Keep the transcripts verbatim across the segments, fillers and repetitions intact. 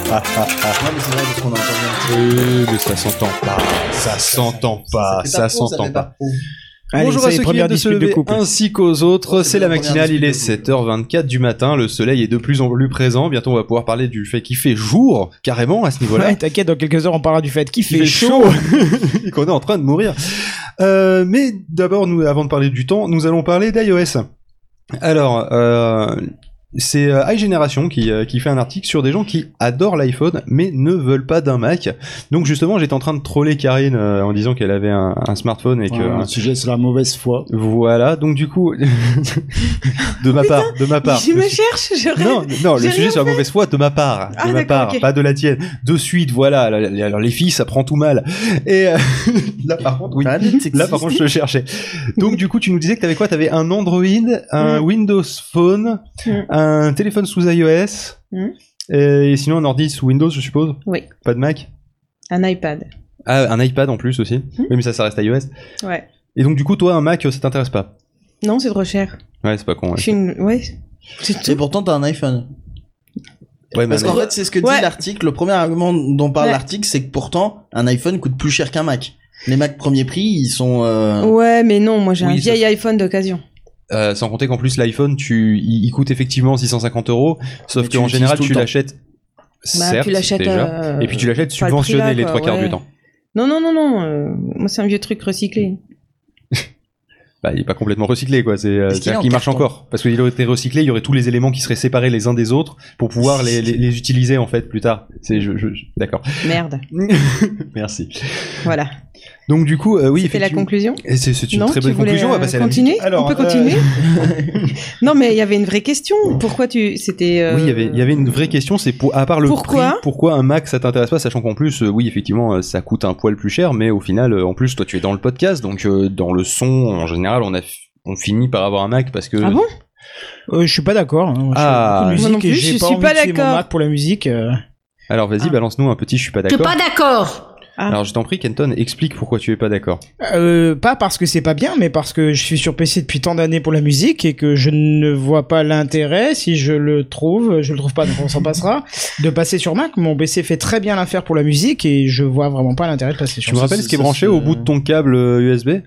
mais c'est vrai parce qu'on a entendu. Oui, mais ça s'entend pas. Ça s'entend pas. Ça s'entend pas. Allez, Bonjour à ceux qui viennent de se lever de couple. ainsi qu'aux autres, Oh, c'est c'est la bien la matinale, première il est dispute de sept heures vingt-quatre du matin, le soleil est de plus en plus présent, bientôt on va pouvoir parler du fait qu'il fait jour, carrément à ce niveau-là. Ouais, t'inquiète, dans quelques heures on parlera du fait qu'il Il fait, chaud. et qu'on est en train de mourir. Euh, mais d'abord, nous, avant de parler du temps, nous allons parler d'iOS. Alors, euh, c'est euh, iGénération qui, euh, qui fait un article sur des gens qui adorent l'iPhone mais ne veulent pas d'un Mac. Donc justement, j'étais en train de troller Karine euh, en disant qu'elle avait un, un smartphone et que... Voilà, le sujet, c'est la mauvaise foi. Voilà, donc du coup, de ma part, de ma part. Je me le su- cherche, je rêve. Non, non, le J'ai sujet rien c'est la mauvaise foi de ma part, Ah, de ma d'accord, part, ok. pas de la tienne. De suite, voilà. Alors les filles, ça prend tout mal. Et euh, là, par contre, oui. Là, par contre, je le cherchais. Donc, du coup, tu nous disais que t'avais quoi? T'avais un Android, un Mm. Windows Phone, Mm. un téléphone sous iOS, Mm. et sinon un ordi sous Windows, je suppose. Oui. Pas de Mac. Un iPad. Ah, un iPad en plus aussi. Oui, mais ça, ça reste iOS. Ouais. Et donc, du coup, toi, un Mac, ça t'intéresse pas? Non, c'est trop cher. Ouais, c'est pas con. Ouais. Je suis une... Ouais. C'est Et tout. pourtant, t'as un iPhone. Ouais, mais Parce qu'en fait, c'est ce que dit Ouais. l'article. Le premier argument dont parle Ouais. l'article, c'est que pourtant, un iPhone coûte plus cher qu'un Mac. Les Mac premier prix, ils sont... euh, Ouais, mais non, moi j'ai Oui, un ça- vieil iPhone d'occasion. Euh, sans compter qu'en plus l'iPhone, tu, il, il coûte effectivement six cent cinquante euros, sauf Mais tu qu'en l'utilises général tout le tu temps. l'achètes, Bah, certes, tu l'achètes, déjà, euh, et puis tu l'achètes pas le prix subventionné là, les quoi, trois quarts ouais. du temps. Non, non, non, non. euh, Moi c'est un vieux truc recyclé. Bah, il est pas complètement recyclé, quoi. C'est, euh, Est-ce qu'il est c'est-à-dire en qu'il marche carton encore. Parce qu'il aurait été recyclé, il y aurait tous les éléments qui seraient séparés les uns des autres pour pouvoir les, les, les utiliser, en fait, plus tard. C'est, je, je, je- d'accord. Merde. Merci. Voilà. Donc, du coup, euh, oui, C'était la effectivement. conclusion. Et c'est, c'est une Non, très tu bonne voulais, conclusion. On va euh, passer à la continuer musique. Alors, On peut euh, continuer Non, mais il y avait une vraie question. Pourquoi tu... C'était... euh, Oui, il y avait, il y avait une vraie question, c'est pour, à part le Pourquoi prix, pourquoi un Mac ça t'intéresse pas, sachant qu'en plus, euh, oui, effectivement, euh, ça coûte un poil plus cher, mais au final, euh, en plus, toi, tu es dans le podcast, donc euh, dans le son, en général, on a, f- on finit par avoir un Mac parce que. Ah bon Euh, je suis pas d'accord. Hein. Je Ah. fais beaucoup de Moi non musique et plus, j'ai je pas suis envie pas d'utiliser mon d'accord. Mac pour la musique. euh. Alors, vas-y, Ah. balance-nous un petit, je suis pas Je suis d'accord. pas d'accord. Ah. Alors, je t'en prie, Kenton, explique pourquoi tu es pas d'accord. Euh, pas parce que c'est pas bien, mais parce que je suis sur P C depuis tant d'années pour la musique et que je ne vois pas l'intérêt, si je le trouve, je le trouve pas, donc on s'en passera, de passer sur Mac. Mon P C fait très bien l'affaire pour la musique et je vois vraiment pas l'intérêt de passer sur Tu me Mac. rappelles c'est- ce qui est ça, branché c'est- au bout de ton câble euh, U S B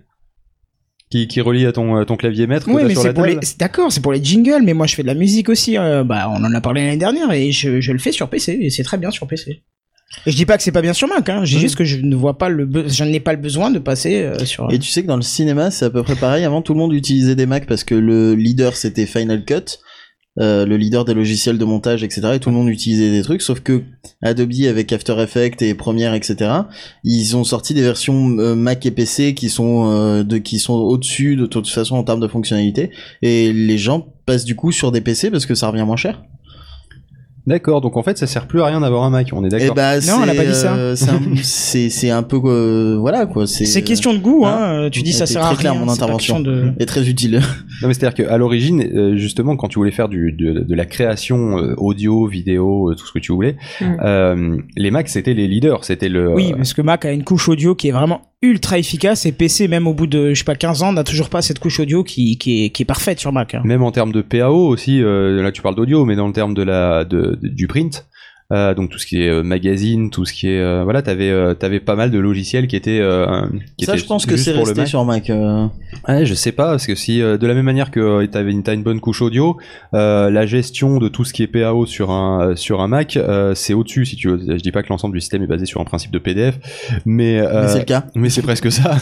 qui, qui relie à ton, à ton clavier maître que Oui, t'as mais sur c'est la pour les, table c'est- d'accord, c'est pour les jingles, mais moi je fais de la musique aussi, euh, bah, on en a parlé l'année dernière et je, je le fais sur P C et c'est très bien sur P C. Et je dis pas que c'est pas bien sur Mac, hein, j'ai Mhm. juste que je ne vois pas le, be- je n'ai pas le besoin de passer euh, sur. Et tu sais que dans le cinéma, c'est à peu près pareil. Avant, tout le monde utilisait des Macs parce que le leader, c'était Final Cut. Euh, le leader des logiciels de montage, et cetera. Et tout le monde utilisait des trucs, sauf que Adobe avec After Effects et Premiere, et cetera. Ils ont sorti des versions euh, Mac et P C qui sont euh, de qui sont au-dessus de toute façon en termes de fonctionnalité. Et les gens passent du coup sur des P C parce que ça revient moins cher. D'accord, donc en fait, ça sert plus à rien d'avoir un Mac, on est Et d'accord. bah, Non, on n'a pas dit ça. euh, c'est un, c'est c'est un peu euh, voilà quoi. C'est C'est question de goût, hein. hein, euh, Tu dis ça ça a été sert à très rien. clair, mon c'est pas intervention. question de... est très utile. Non mais c'est-à-dire qu'à l'origine, euh, justement, quand tu voulais faire du, de, de la création euh, audio, vidéo, euh, tout ce que tu voulais, Mm. euh, les Macs c'était les leaders, c'était le. Oui, euh, parce que Mac a une couche audio qui est vraiment ultra efficace et P C, même au bout de, je sais pas, quinze ans, n'a toujours pas cette couche audio qui, qui est, qui est parfaite sur Mac. Hein. Même en termes de P A O aussi, euh, là tu parles d'audio, mais dans le terme de la de, de- du print, euh, donc tout ce qui est euh, magazine, tout ce qui est euh, voilà, t'avais euh, t'avais pas mal de logiciels qui étaient euh, qui Ça, étaient je pense que juste c'est pour le resté Mac. sur Mac. euh. Ouais, je sais pas, parce que si euh, de la même manière que euh, t'avais une, t'as une bonne couche audio, euh, la gestion de tout ce qui est P A O sur un euh, sur un Mac, euh, c'est au-dessus si tu veux. Je dis pas que l'ensemble du système est basé sur un principe de P D F, mais euh, Mais c'est le cas. mais c'est presque ça.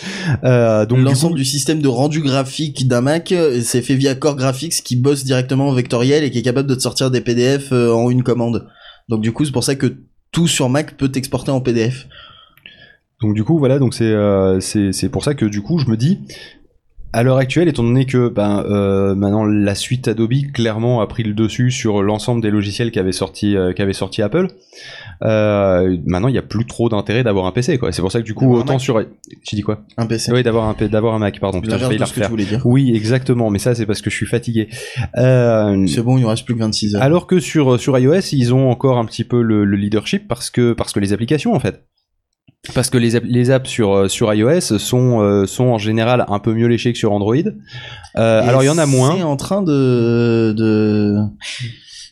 Euh, donc du L'ensemble coup, du système de rendu graphique d'un Mac, euh, c'est fait via Core Graphics qui bosse directement en vectoriel et qui est capable de te sortir des P D F euh, en une commande. Donc du coup, c'est pour ça que tout sur Mac peut t'exporter en P D F. donc du coup voilà, donc c'est euh, c'est c'est pour ça que du coup je me dis. À l'heure actuelle, étant donné que ben euh, maintenant la suite Adobe clairement a pris le dessus sur l'ensemble des logiciels qu'avait sorti euh, qu'avait sorti Apple, euh, maintenant il y a plus trop d'intérêt d'avoir un P C quoi. C'est pour ça que du coup D'avoir un autant Mac. sur tu dis quoi? Un P C. Oui, d'avoir un P- d'avoir un Mac, pardon. Putain, j'ai L'inverse failli de la ce que tu refaire. voulais dire. Oui, exactement, mais ça c'est parce que je suis fatigué. Euh, C'est bon, il nous reste plus que vingt-six heures. alors que sur sur iOS, ils ont encore un petit peu le, le leadership parce que parce que les applications en fait. Parce que les, app- les apps sur euh, sur iOS sont euh, sont en général un peu mieux léchées que sur Android. Euh, Et alors il y en a C'est moins. en train de de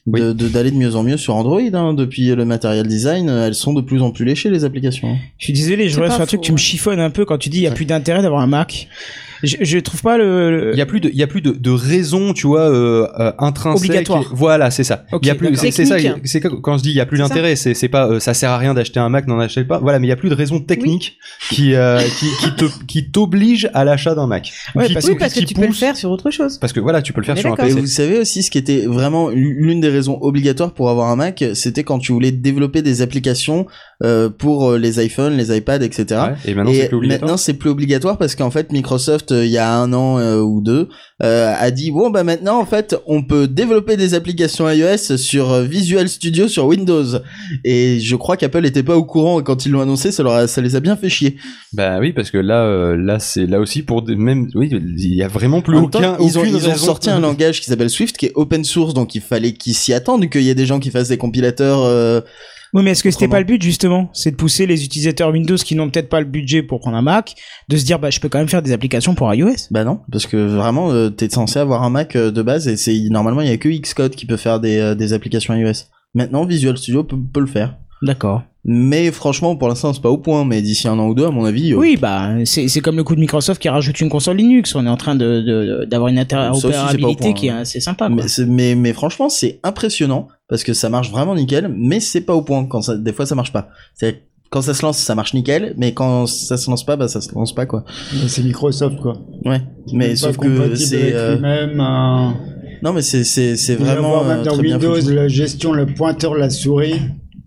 de, Oui. de d'aller de mieux en mieux sur Android. Hein. Depuis le material design, elles sont de plus en plus léchées les applications. Je suis désolé, je C'est reviens pas sur un truc, faux, tu me ouais. chiffonnes un peu quand tu dis il y a plus d'intérêt d'avoir un Mac. Je, je trouve pas le. le- Il y a plus de, il y a plus de, de raison, tu vois, euh, euh, intrinsèque. Obligatoire. Voilà, c'est ça. Ok, il y a plus, d'accord. c'est, c'est ça. Technique. C'est que- quand je dis il y a plus C'est d'intérêt, c'est, c'est pas, euh, ça sert à rien d'acheter un Mac, n'en achetez pas. Voilà, mais il y a plus de raison technique qui, euh, qui, qui te, qui t'oblige à l'achat d'un Mac. Ouais, Qui- parce Oui, que- parce que qui tu peux le pousse- faire sur autre chose. Parce que voilà, tu peux le faire On est sur un d'accord. Et P C. vous savez aussi ce qui était vraiment l'une des raisons obligatoires pour avoir un Mac, c'était quand tu voulais développer des applications euh, pour euh, les iPhones, les iPads, et cetera. Ouais, et maintenant, Et c'est plus obligatoire. maintenant, c'est plus obligatoire parce qu'en fait, Microsoft, euh, il y a un an euh, ou deux, euh, a dit bon bah maintenant en fait, on peut développer des applications iOS sur euh, Visual Studio sur Windows. Et je crois qu'Apple était pas au courant et quand ils l'ont annoncé, ça leur a- ça les a bien fait chier. Bah oui, parce que là, euh, là, c'est là aussi pour des, même, oui, il y a vraiment plus En même aucun, temps, ils ont, aucune ils ont raison. sorti un langage qui s'appelle Swift qui est open source, donc il fallait qu'ils s'y attendent, qu'il y ait des gens qui fassent des compilateurs. Euh, Oui, mais est-ce que c'était Autrement. pas le but justement? C'est de pousser les utilisateurs Windows qui n'ont peut-être pas le budget pour prendre un Mac, de se dire bah je peux quand même faire des applications pour iOS. Bah non, parce que vraiment, euh, t'es censé avoir un Mac euh, de base et c'est normalement il y a que Xcode qui peut faire des, euh, des applications iOS. Maintenant, Visual Studio peut, peut le faire. D'accord. Mais franchement, pour l'instant, c'est pas au point. Mais d'ici un an ou deux, à mon avis, euh, Oui, bah c'est c'est comme le coup de Microsoft qui rajoute une console Linux. On est en train de de- d'avoir une Ça aussi, c'est pas au interopérabilité point, qui est hein. assez sympa. Quoi. mais, c'est- mais mais franchement, c'est impressionnant parce que ça marche vraiment nickel. Mais c'est pas au point. Quand ça, des fois, ça marche pas. C'est quand ça se lance, ça marche nickel. Mais quand ça se lance pas, bah ça se lance pas quoi. Mais c'est Microsoft, quoi. Ouais. Mais Pas sauf que compatible c'est avec euh, lui-même. euh, non, mais c'est c'est c'est il va y vraiment avoir même euh, dans très bien Windows foutu. la gestion, le pointeur, la souris.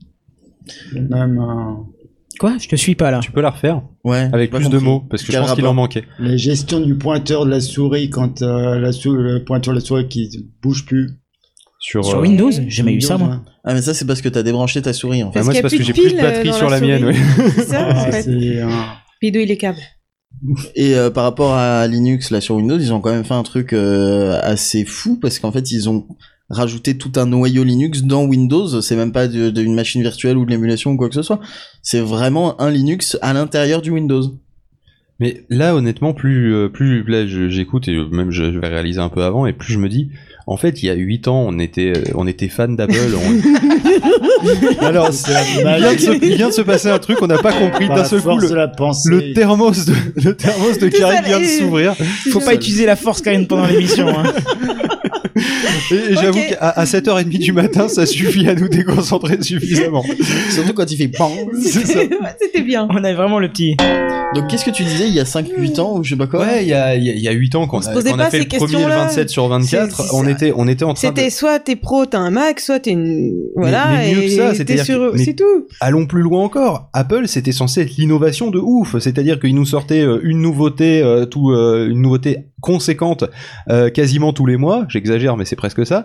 Même euh, Quoi? Je te suis pas là. Tu peux la refaire Ouais. avec pas plus de compris. mots, parce que je Quel pense qu'il rapport en manquait. les gestions du pointeur de la souris quand euh, la sou- le pointeur de la souris qui bouge plus. Sur, Sur euh, Windows, j'ai jamais eu ça moi. Windows, Ah mais ça c'est parce que t'as débranché ta souris en fait. Bah, moi, qu'il c'est y a parce que plus j'ai de plus de piles, euh, batterie dans sur la souris. mienne, oui. C'est ça, Ah, en fait. c'est, euh, Bidouille les câbles. Et euh, par rapport à Linux là sur Windows, ils ont quand même fait un truc euh, assez fou parce qu'en fait ils ont rajouté tout un noyau Linux dans Windows. C'est même pas de- d'une machine virtuelle ou de l'émulation ou quoi que ce soit. C'est vraiment un Linux à l'intérieur du Windows. Mais là, honnêtement, plus, euh, plus là, je- j'écoute et euh, même je, je vais réaliser un peu avant, et plus je me dis, en fait, il y a huit ans, on était, euh, on était fan d'Apple. on- Alors, c'est- il, vient de se, il vient de se passer un truc, on n'a pas compris par d'un la seul coup. force de Le, la pensée. le thermos de, le thermos de Karine vient de et- s'ouvrir. Faut pas utiliser la force Karine pendant l'émission. Hein. Et, et j'avoue Ok. qu'à à sept heures trente du matin, ça suffit à nous déconcentrer suffisamment. Surtout quand il fait bang. C'est ça. Ouais, C'était bien. On a vraiment le petit. Donc qu'est-ce que tu disais il y a cinq huit ans ou je sais pas quoi? Ouais, il y a, il y a- il y a huit ans qu'on On se a, posait qu'on a pas fait ces le premier le questions-là. vingt-sept sur vingt-quatre. C'est- c'est On ça. était, on était en train de... C'était soit t'es pro, t'as un Mac, soit t'es une... Voilà, mais mieux et que ça, t'es c'est-à-dire sur... que- mais- C'est tout. Allons plus loin encore. Apple, c'était censé être l'innovation de ouf. C'est-à-dire qu'ils nous sortaient euh, une nouveauté, euh, tout, euh, une nouveauté conséquente euh, quasiment tous les mois. J'exagère, mais c'est presque ça.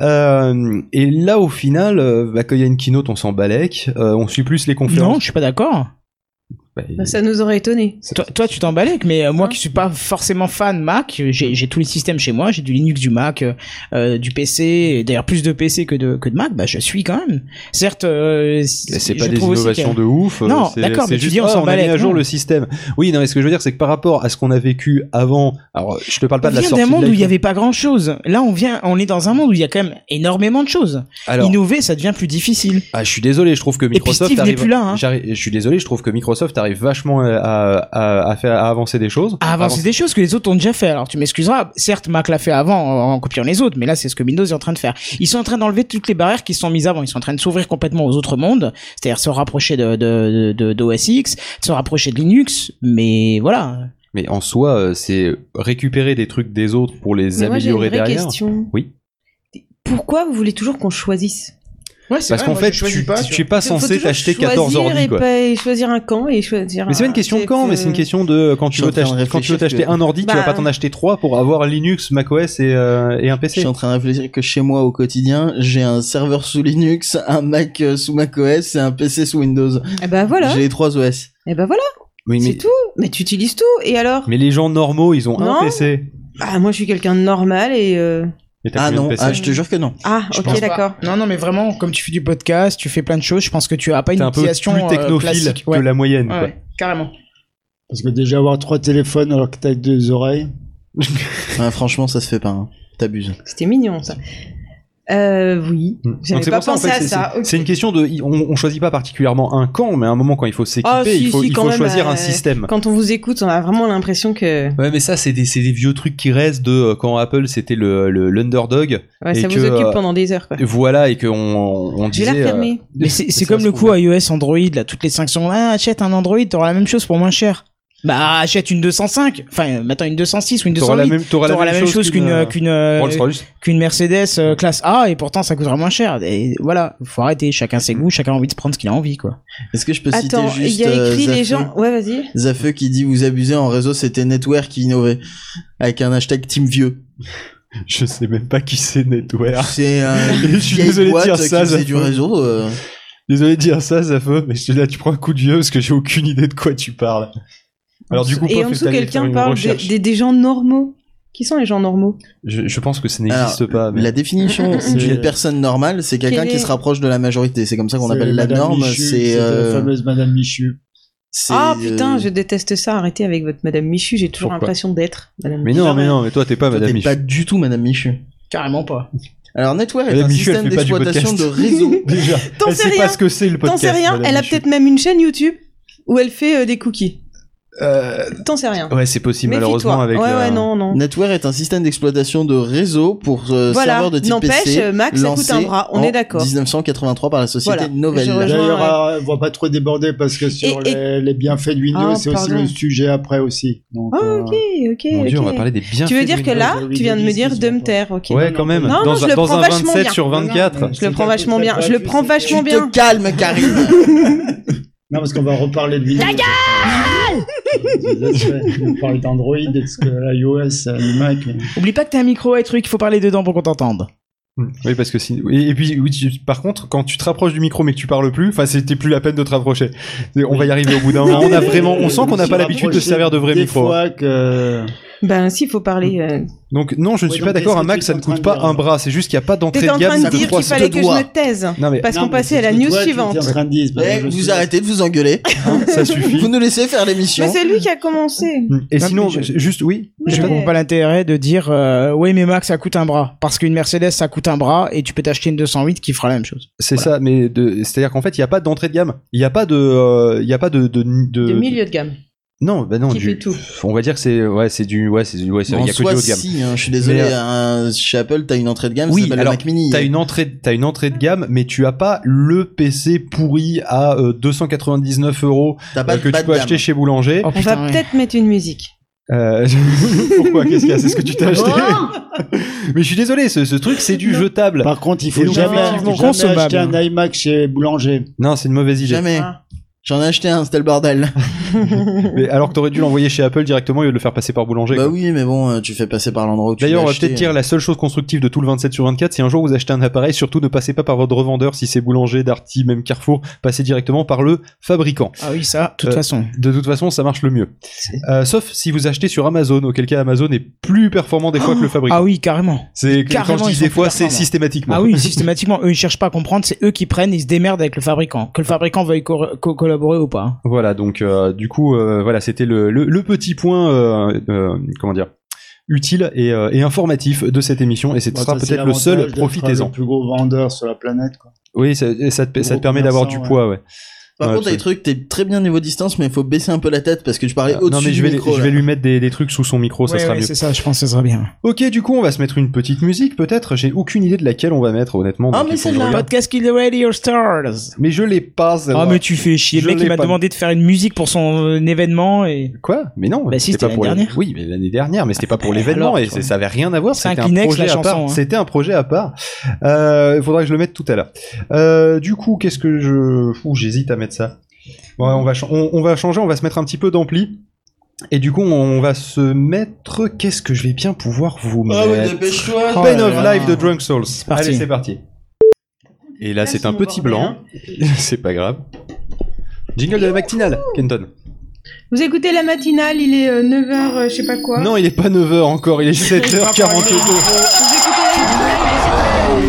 Euh, et là, au final, euh, bah, quand il y a une keynote, on s'en balèque. Euh, on suit plus les Non, conférences. je suis pas d'accord. Bah, Bah, ça nous aurait étonné. Toi, toi, tu t'emballes, mais euh, moi Hein qui suis pas forcément fan Mac, j'ai j'ai tous les systèmes chez moi, j'ai du Linux, du Mac, euh, euh, du P C, et d'ailleurs plus de P C que de que de Mac, bah je suis quand même. Certes, euh, Mais c'est pas je des trouve aussi innovations qu'il de ouf. euh, Non, c'est- d'accord, c'est mais tu juste, dis, on ah, s'en a mis balèque, à jour non. le système. Oui, non, mais ce que je veux dire, c'est que par rapport à ce qu'on a vécu avant, alors je te parle pas on de la vient sortie d'un de monde où il y l'iPhone. avait pas grand chose. Là, on vient, on est dans un monde où il y a quand même énormément de choses. Alors, Innover, ça devient plus difficile. ah, je suis désolé, je trouve que puis Microsoft Steve n'est arrive. plus là, hein. j'arrive- Je suis désolé, je trouve que Microsoft arrive vachement à, à, à faire à avancer des choses. À avancer des choses que les autres ont déjà fait. Alors tu m'excuseras, certes Mac l'a fait avant en, en copiant les autres, mais là c'est ce que Windows est en train de faire. Ils sont en train d'enlever toutes les barrières qui se sont mises avant. Ils sont en train de s'ouvrir complètement aux autres mondes, c'est-à-dire se rapprocher de de de, d'O S X, se rapprocher de Linux, mais voilà. Mais en soi, euh, c'est récupérer des trucs des autres pour les Mais moi, j'ai une améliorer vraie derrière. question. Oui. Pourquoi vous voulez toujours qu'on choisisse? Ouais, c'est Parce qu'en fait, tu, tu es pas Faut censé toujours t'acheter choisir quatorze ordi, et quoi. pas- et choisir un camp et choisir Mais c'est pas un- une question de c'est quand, que- mais c'est une question de quand tu Je suis veux en train de t'acheter, quand tu veux réfléchir t'acheter que- un ordi, tu vas Bah. pas t'en acheter trois pour avoir Linux, macOS et, euh, et un P Je C. suis en train de réfléchir que chez moi au quotidien, j'ai un serveur sous Linux, un Mac euh, sous macOS et un P C sous Windows. Eh ben voilà. J'ai les trois O S. Eh ben voilà. Oui, mais, C'est tout. Mais tu utilises tout. Et alors? mais les gens normaux, ils ont Non. un P C. Ah, moi, je suis quelqu'un de normal et euh... Et t'as Ah combien de non, P C? ah, je te jure que non. ah, Je ok, pense pas. d'accord. Non, non, mais vraiment, comme tu fais du podcast, tu fais plein de choses, je pense que tu as pas une T'es un peu utilisation plus euh, technophile classique. que Ouais. la moyenne, Ouais, quoi. ouais, carrément. Parce que déjà avoir trois téléphones alors que t'as deux oreilles. Ah, franchement, ça se fait pas. Hein. T'abuses. C'était mignon, ça. Euh, oui. Donc J'avais c'est pas pour ça, en pensé fait, à c'est, ça. c'est- ok. c'est une question de, on, on choisit pas particulièrement un camp, mais à un moment quand il faut s'équiper, Ah, si, il faut, si, il quand faut même, choisir euh, un système. Quand on vous écoute, on a vraiment l'impression que Ouais, mais ça, c'est des, c'est des vieux trucs qui restent de euh, quand Apple c'était le, le, l'underdog. ouais, Et ça que, vous occupe euh, pendant des heures. Quoi. Voilà, et qu'on on, on Je vais disait. la refermer. euh, Mais c'est, c'est ça comme se le trouve. coup iOS, Android, là, toutes les cinq secondes. Ah, achète un Android, t'auras la même chose pour moins cher. Bah, achète une deux cent cinq. Enfin, maintenant une deux cent six ou une T'auras deux cent huit. la même, t'auras T'auras la même chose qu'une, euh, qu'une, euh, Rolls-Royce. qu'une Mercedes euh, classe A, et pourtant ça coûtera moins cher. Et voilà, faut arrêter. Chacun ses goûts, chacun a envie de se prendre ce qu'il a envie, quoi. Est-ce que je peux Attends, citer il juste y a écrit euh, les Zafeu gens. Ouais, vas-y. Zafeu qui dit vous abusez en réseau, c'était Netware qui innovait avec un hashtag Team Vieux. Je sais même pas qui c'est Netware. C'est un Je suis désolé de dire ça, qui faisait du Zafeu. réseau. euh. Désolé de dire ça, Zafeu, mais je- là tu prends un coup de vieux parce que j'ai aucune idée de quoi tu parles. Alors du coup, Et Pof en est dessous, allé faire quelqu'un une parle recherche. des, des, des gens normaux. Qui sont les gens normaux? Je, je pense que ça n'existe Alors, pas. Mais... La définition C'est- d'une personne normale, c'est quelqu'un Quelle qui est- se rapproche de la majorité. C'est comme ça qu'on C'est appelle la Madame norme. Michu, C'est c'était euh, la fameuse Madame Michu. c'est, Ah putain, euh, je déteste ça. Arrêtez avec votre Madame Michu. J'ai toujours Pourquoi l'impression d'être Madame Mais Michu. non, Jamais. mais non, mais toi t'es pas toi, Madame t'es Michu. pas du tout Madame Michu. Carrément pas. Alors Netware est Madame un Michu, elle système fait pas du d'exploitation de podcast. réseau. Déjà, T'en elle sais sait rien. pas ce que c'est le T'en podcast. sais rien. Madame Elle a Michu. peut-être même une chaîne YouTube où elle fait euh, des cookies. Euh, T'en sais rien. Ouais, c'est possible Méfie-toi. malheureusement avec. Ouais, la- ouais, non, non. Netware est un système d'exploitation de réseau pour euh, Voilà. serveurs de type N'empêche, P C euh, Mac, ça coûte lancé un bras. On en est d'accord. dix-neuf cent quatre-vingt-trois par la société Voilà. Novell. Je rejoins- D'ailleurs, ouais. euh, on va pas trop déborder parce que sur Et- et- les, les bienfaits de Windows, Ah, c'est aussi pardon. le sujet après aussi. Donc, Ah, euh, ok, ok, Mon ok. dieu, on va parler des bienfaits. Tu veux de dire que Windows. là, Windows tu viens de me dix, dire ils de ont me pas. taire, ok. Ouais, quand même. Non, non, dans je un, le dans prends un vachement vingt-sept bien. sur vingt-quatre. Non, non, Je le prends vachement bien. Je le prends Tu vachement te bien. calmes, Karine. Non, parce qu'on va reparler de Windows. La gueule! On va parler d'Android, de ce que l'iOS, euh, le Mac. Oublie pas que t'as un micro et truc, il faut parler dedans pour qu'on t'entende. Oui, parce que si... et, et puis, oui, tu- par contre, quand tu te rapproches du micro mais que tu parles plus, enfin, c'était plus la peine de te rapprocher. On va y arriver au bout d'un moment. On a vraiment, on sent qu'on n'a pas l'habitude de se servir de vrais des micros. fois que... Ben, si, il faut parler. euh, Donc, non, je ne Oui, suis donc, pas d'accord. qu'est-ce Un que Mac, tu ça es ne en train coûte de pas dire un bras. C'est juste qu'il n'y a pas d'entrée T'étais de en gamme. train de Ça coûte dire trois qu'il fallait cents. que je me taise. Non, mais Parce Non, qu'on mais passait c'est à la ce que news toi, tu suivante. étais en train de dire. parce que Eh, je vous sais- arrêtez de vous engueuler. ça suffit. Vous nous laissez faire l'émission. Mais c'est lui qui a commencé. Et Non, sinon, mais je- juste, oui. Je Ouais. comprends pas l'intérêt de dire euh, oui mais Mac ça coûte un bras parce qu'une Mercedes ça coûte un bras et tu peux t'acheter une deux cent huit qui fera la même chose. C'est ça, mais de... c'est-à-dire qu'en fait, il n'y a pas d'entrée de gamme. Il n'y a pas de, euh, il y a pas de, de, de... De milieu de gamme. Non, bah non, Qui du... fait tout. On va dire que c'est, ouais, c'est du, ouais, c'est du, ouais, c'est- il En y a que du soi, haut de gamme. si, hein, je suis désolé, Mais, un- chez Apple, t'as une entrée de gamme, ça Oui, s'appelle alors, le Mac Mini. T'as une entrée, t'as une entrée de gamme, mais tu as pas le P C pourri à euh, deux cent quatre-vingt-dix-neuf euros T'as pas euh, de que pas tu de peux gamme. acheter chez Boulanger. Oh, On putain, va ouais. peut-être mettre une musique. Euh, Pourquoi? Qu'est-ce qu'il y a? C'est ce que tu t'es acheté? Mais je suis désolé, ce, ce truc, c'est du jetable. Par contre, il Et faut donc, jamais, effectivement, jamais consommable. acheter un iMac chez Boulanger. Non, c'est une mauvaise idée. Jamais. Ah. J'en ai acheté un, c'était le bordel. Mais alors que t'aurais dû l'envoyer chez Apple directement au lieu de le faire passer par Boulanger. Bah quoi. oui, mais bon, euh, tu fais passer par l'endroit où tu D'ailleurs, on l'as va acheté. peut-être dire la seule chose constructive de tout le vingt-sept sur vingt-quatre, si un jour vous achetez un appareil, surtout ne passez pas par votre revendeur, si c'est Boulanger, Darty, même Carrefour, passez directement par le fabricant. Ah oui ça, de toute Euh, façon. De toute façon, ça marche le mieux. Euh, sauf si vous achetez sur Amazon, auquel cas Amazon est plus performant des fois que le fabricant. Ah oui carrément. C'est quand carrément, je ils dis sont des plus fois, c'est performants. systématiquement. Ah oui systématiquement eux ils cherchent pas à comprendre, c'est eux qui prennent, ils se démerdent avec le fabricant. Que le fabricant veuille co- co- collaborer ou pas. Voilà, donc euh, du coup, euh, voilà, c'était le, le, le petit point, euh, euh, comment dire, utile et, euh, et informatif de cette émission, et ce Bon, sera ça, c'est peut-être le seul. l'avantage d'être Profitez-en. Le plus gros vendeur sur la planète, quoi. Oui, ça, et ça te, ça te Gros permet d'avoir du commerçant, poids, ouais. Par Ouais, contre, t'as des trucs, t'es très bien niveau distance, mais il faut baisser un peu la tête parce que tu parlais Euh, au-dessus non mais je du vais, micro. je là. vais lui mettre des, des trucs sous son micro, ça Ouais, sera ouais, mieux. c'est ça, je pense que ça sera bien. Ok, du coup, on va se mettre une petite musique, peut-être. J'ai aucune idée de laquelle on va mettre, honnêtement. Ah, donc mais il faut que je celle-là. regarde. Podcast Kill the Radio Stars. Mais je l'ai pas. celle-là. Ah mais tu fais chier, Je le mec il l'ai m'a pas. demandé de faire une musique pour son euh, événement et Quoi? Mais non. Bah si, c'était c'était pas pour l'année les- dernière. Oui, mais l'année dernière, mais c'était pas pour bah, l'événement alors, et toi. c'est- ça avait rien à voir. C'est un C'était un Kleenex, projet la à chanson, part. hein. C'était un projet à part. Euh, il faudra que je le mette tout à l'heure. Euh, du coup, qu'est-ce que je, Ouh, j'hésite à mettre ça. Ouais, on va, cha- on, on va changer, on va se mettre un petit peu d'ampli. Et du coup, on va se mettre. Qu'est-ce que je vais bien pouvoir vous Ah mettre? ouais, dépêche-toi. Oh Pain là of là. Life de Drunk Souls. parti. Allez, c'est parti. Et là, c'est un mon petit bordel, blanc. C'est pas grave. Jingle de la matinale, Kenton. Vous écoutez la matinale, il est euh, neuf heures, euh, je sais pas quoi. Non, il est pas neuf heures encore, il est sept heures quarante-deux. Vous écoutez la matinale,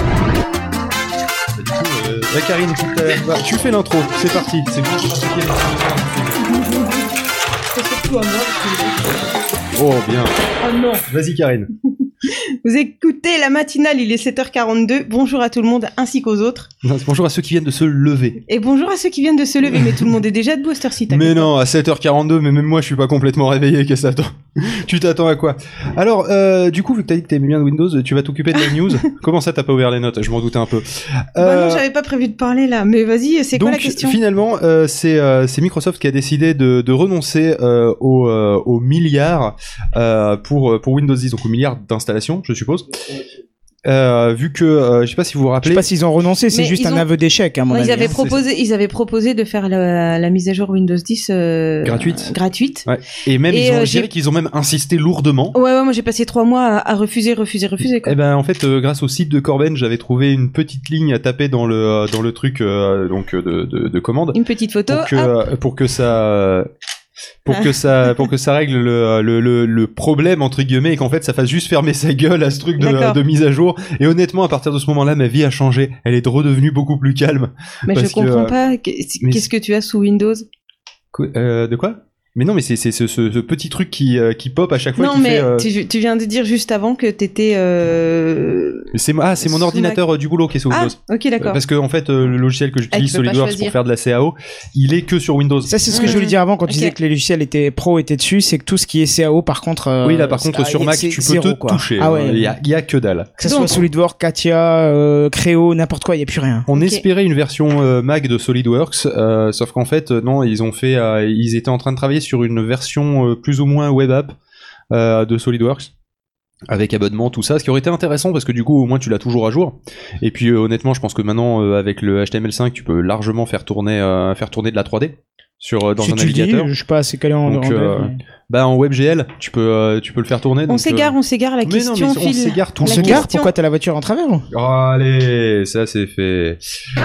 Du coup, euh, la Karine, tout à l'heure. Bah, tu fais l'intro, c'est parti. C'est bon, je sais qu'il y a une- c'est surtout à moi. parce que- Oh, bien. Oh non. Vas-y, Karine. Vous écoutez la matinale, il est sept heures quarante-deux. Bonjour à tout le monde ainsi qu'aux autres. Bonjour à ceux qui viennent de se lever. Et bonjour à ceux qui viennent de se lever. Mais tout le monde est déjà debout à cette heure-ci. Mais non, à sept heures quarante-deux, mais même moi je suis pas complètement réveillé. Qu'est-ce que t'attends? Tu t'attends à quoi? Alors, euh, du coup, vu que t'as dit que t'aimais bien Windows, tu vas t'occuper de la news. Comment ça, t'as pas ouvert les notes? Je m'en doutais un peu. Bah Euh, non, j'avais pas prévu de parler là. Mais vas-y, c'est quoi la Donc question? finalement, euh, c'est euh, c'est Microsoft qui a décidé de, de renoncer euh, au, euh, au milliard euh, pour pour Windows dix, donc au milliard d'installations, je suppose. Euh, vu que euh, je sais pas si vous vous Je rappelez. sais pas s'ils ont renoncé, c'est Mais juste ils un ont- aveu d'échec, à mon Ouais, avis. ils avaient hein. proposé, ils avaient proposé de faire la, la mise à jour Windows dix euh, Gratuite. euh, gratuite. Ouais. Et même Et, ils ont, euh, je dirais j'ai- qu'ils ont même insisté lourdement. Ouais, ouais, moi j'ai passé trois mois à, à refuser, refuser, refuser. Quoi. Eh ben en fait, euh, grâce au site de Corben, j'avais trouvé une petite ligne à taper dans le euh, dans le truc euh, donc euh, de, de, de commande Une petite photo. pour que hop. euh, pour que ça pour que ça pour que ça règle le, le, le, le problème entre guillemets et qu'en fait ça fasse juste fermer sa gueule à ce truc de, D'accord. de mise à jour. Et honnêtement, à partir de ce moment-là, ma vie a changé. Elle est redevenue beaucoup plus calme. Mais parce je comprends que, pas. Qu'est- mais Qu'est-ce que tu as sous Windows? Quoi- euh, de quoi? Mais non, mais c'est c'est ce, ce, ce petit truc qui euh, qui pop à chaque fois Non, qui mais fait. euh, tu, tu viens de dire juste avant que t'étais. Euh... C'est ah c'est mon sous ordinateur euh, du boulot qui est sous Ah, Windows. ok, d'accord. Parce que en fait euh, le logiciel que j'utilise Ah, tu peux pas SolidWorks pour choisir. faire de la C A O, il est que sur Windows. Ça, c'est ce que Mmh. je voulais dire avant quand tu Ok. disais que les logiciels étaient pro étaient dessus, c'est que tout ce qui est C A O, par contre. euh, Oui, là par contre ah, sur Mac c'est tu peux zéro, te quoi. toucher. Ah hein. ouais. Il y a il y a que dalle. Que ce Donc- soit SolidWorks, Katia, euh, Creo, n'importe quoi, il y a plus rien. On Ok. espérait une version euh, Mac de SolidWorks, euh, sauf qu'en fait euh, non, ils ont fait, euh, ils étaient en train de travailler sur une version euh, plus ou moins web app euh, de SolidWorks. Avec abonnement, tout ça, ce qui aurait été intéressant parce que du coup au moins tu l'as toujours à jour. Et puis euh, honnêtement, je pense que maintenant euh, avec le H T M L cinq, tu peux largement faire tourner, euh, faire tourner de la trois D sur euh, dans si un tu le dis, navigateur. je sais pas, c'est calé en, Donc, en dev, euh, mais- Bah en WebGL, tu peux, euh, tu peux le faire tourner. On donc, s'égare, euh, on s'égare. La mais non, question, mais on Phil. s'égare tout On le La se monde. gare, question- pourquoi t'as la voiture en travers ou Oh, allez, ça c'est fait.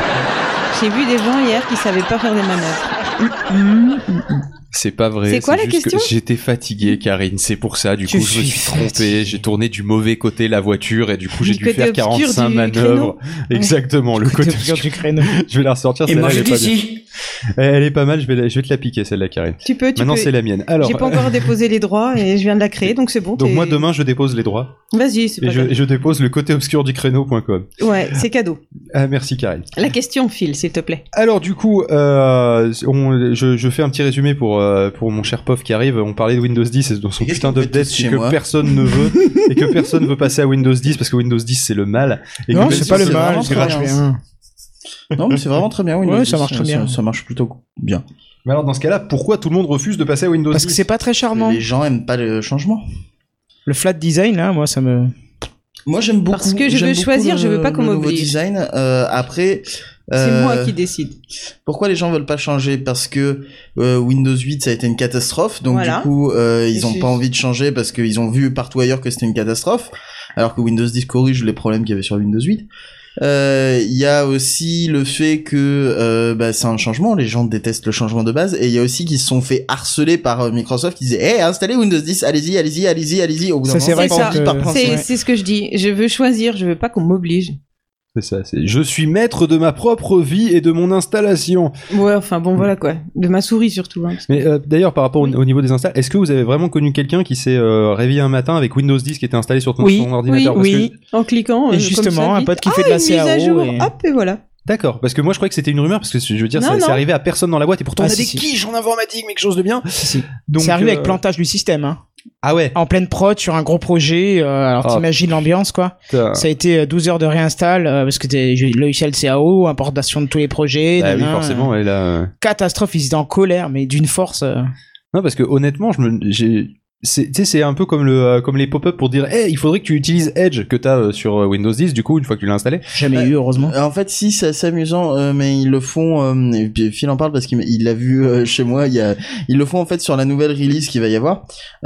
J'ai vu des gens hier qui savaient pas faire des manœuvres. C'est pas vrai. C'est quoi la juste que question J'étais fatigué, Karine. C'est pour ça. Du Je coup, je me suis suis trompé. fatigué. J'ai tourné du mauvais côté la voiture et du coup, j'ai Du dû côté faire obscur quarante-cinq du manœuvres. Exactement, le côté obscur obscur. du créneau. Je vais la ressortir. Et Celle-là, moi elle je est dis pas bien. si. Elle est pas mal. Je vais, la- je vais te la piquer celle-là, Karine. Tu peux, tu Maintenant, peux. c'est la mienne. Alors, J'ai pas encore déposé les droits et je viens de la créer, donc c'est bon. donc t'es- moi demain, je dépose les droits Vas-y, c'est et pas je, grave. et je dépose le côté obscur du créneau point com. Ouais, c'est cadeau. Ah, merci, Karine. La question, Phil, s'il te plaît. Alors du coup, euh, on, je, je fais un petit résumé pour euh, pour mon cher Pof qui arrive. On parlait de Windows dix et de son Qu'est-ce putain qu'on fait d'update tous chez que moi personne ne veut et que personne veut passer à Windows dix parce que Windows dix c'est le mal. Et Non, que c'est même pas si le c'est mal, vraiment c'est très gratuit. bien. hein. Non, mais c'est vraiment très bien Windows Ouais, dix. ça marche très bien. Ça, ça marche plutôt bien. Mais alors dans ce cas-là, pourquoi tout le monde refuse de passer à Windows Parce que dix? c'est pas très charmant. Les gens aiment pas le changement. Le flat design, là, moi, ça me. Moi, j'aime beaucoup. Parce que je j'aime veux beaucoup choisir, le- je veux pas qu'on le nouveau m'oblige. design. Euh, après. C'est euh, moi qui décide. Pourquoi les gens veulent pas changer? Parce que euh, Windows huit ça a été une catastrophe, donc Voilà. du coup euh, Et ils ont je- pas envie de changer parce qu'ils ont vu partout ailleurs que c'était une catastrophe, alors que Windows dix corrige les problèmes qu'il y avait sur Windows huit. Euh, Il y a aussi le fait que euh, bah, c'est un changement, les gens détestent le changement de base, et il y a aussi qu'ils se sont fait harceler par euh, Microsoft qui disait hey, installez Windows dix, allez-y, allez-y, allez-y, allez-y. Au bout d'un Ça, moment, c'est vrai pas que envie ça. par Euh, principe. C'est ouais. c'est ce que je dis. Je veux choisir, je veux pas qu'on m'oblige. C'est ça. C'est je suis maître de ma propre vie et de mon installation. Ouais, enfin bon, voilà quoi. De ma souris surtout. Hein, parce que- Mais euh, d'ailleurs par rapport au, Oui. au niveau des installs, est-ce que vous avez vraiment connu quelqu'un qui s'est euh, réveillé un matin avec Windows dix qui était installé sur ton, Oui, son ordinateur? Parce oui. que- En cliquant. Et euh, justement, comme ça, un vite. pote qui Ah, fait de la une C A O mise à jour. et- Hop, et voilà. D'accord, parce que moi je croyais que c'était une rumeur parce que je veux dire Non, ça, non. c'est arrivé à personne dans la boîte et pourtant Ah, on a si, des si. quiches en informatique mais quelque chose de bien. Si, si. Donc, C'est arrivé euh, avec plantage du système, hein. Ah ouais. En pleine prod, sur un gros projet. euh, alors, Ah. t'imagines l'ambiance, quoi. Putain. Ça a été euh, douze heures de réinstall, euh, parce que t'es j'ai le logiciel C A O, importation de tous les projets. Bah oui, nanana. forcément, ouais, là. euh, Catastrophe, ils étaient en colère, mais d'une force. euh. Non, parce que honnêtement, je me, j'ai, c'est, tu sais, c'est un peu comme le, euh, comme les pop-up pour dire, hey, il faudrait que tu utilises Edge que t'as euh, sur euh, Windows dix, du coup, une fois que tu l'as installé. Jamais Ouais. eu, heureusement. En fait, si, c'est assez amusant, euh, mais ils le font, euh, et puis Phil en parle parce qu'il m'a- il l'a vu euh, chez moi, il y a, ils le font en fait sur la nouvelle release qu'il va y avoir,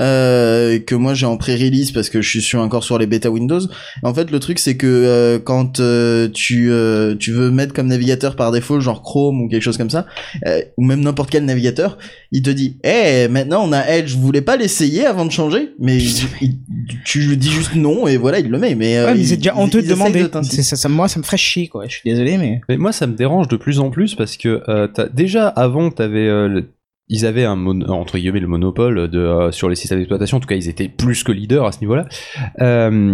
euh, que moi j'ai en pré-release parce que je suis sur- encore sur les bêta Windows. En fait, le truc c'est que euh, quand euh, tu, euh, tu veux mettre comme navigateur par défaut, genre Chrome ou quelque chose comme ça, euh, ou même n'importe quel navigateur, il te dit, eh, maintenant on a Edge, vous voulez pas l'essayer avant de changer? Mais il- il- tu lui dis juste non et voilà, il le met, mais, euh, Ouais, mais il- c'est déjà ils- honteux ils de essayent demander. t'inciter. C'est ça, ça, moi, ça me ferait chier, quoi. Je suis désolé, mais. Mais moi, ça me dérange de plus en plus parce que euh, t'as, déjà avant, t'avais, euh, le- ils avaient un mon- entre guillemets le monopole de euh, sur les systèmes d'exploitation. En tout cas, ils étaient plus que leaders à ce niveau-là. Euh,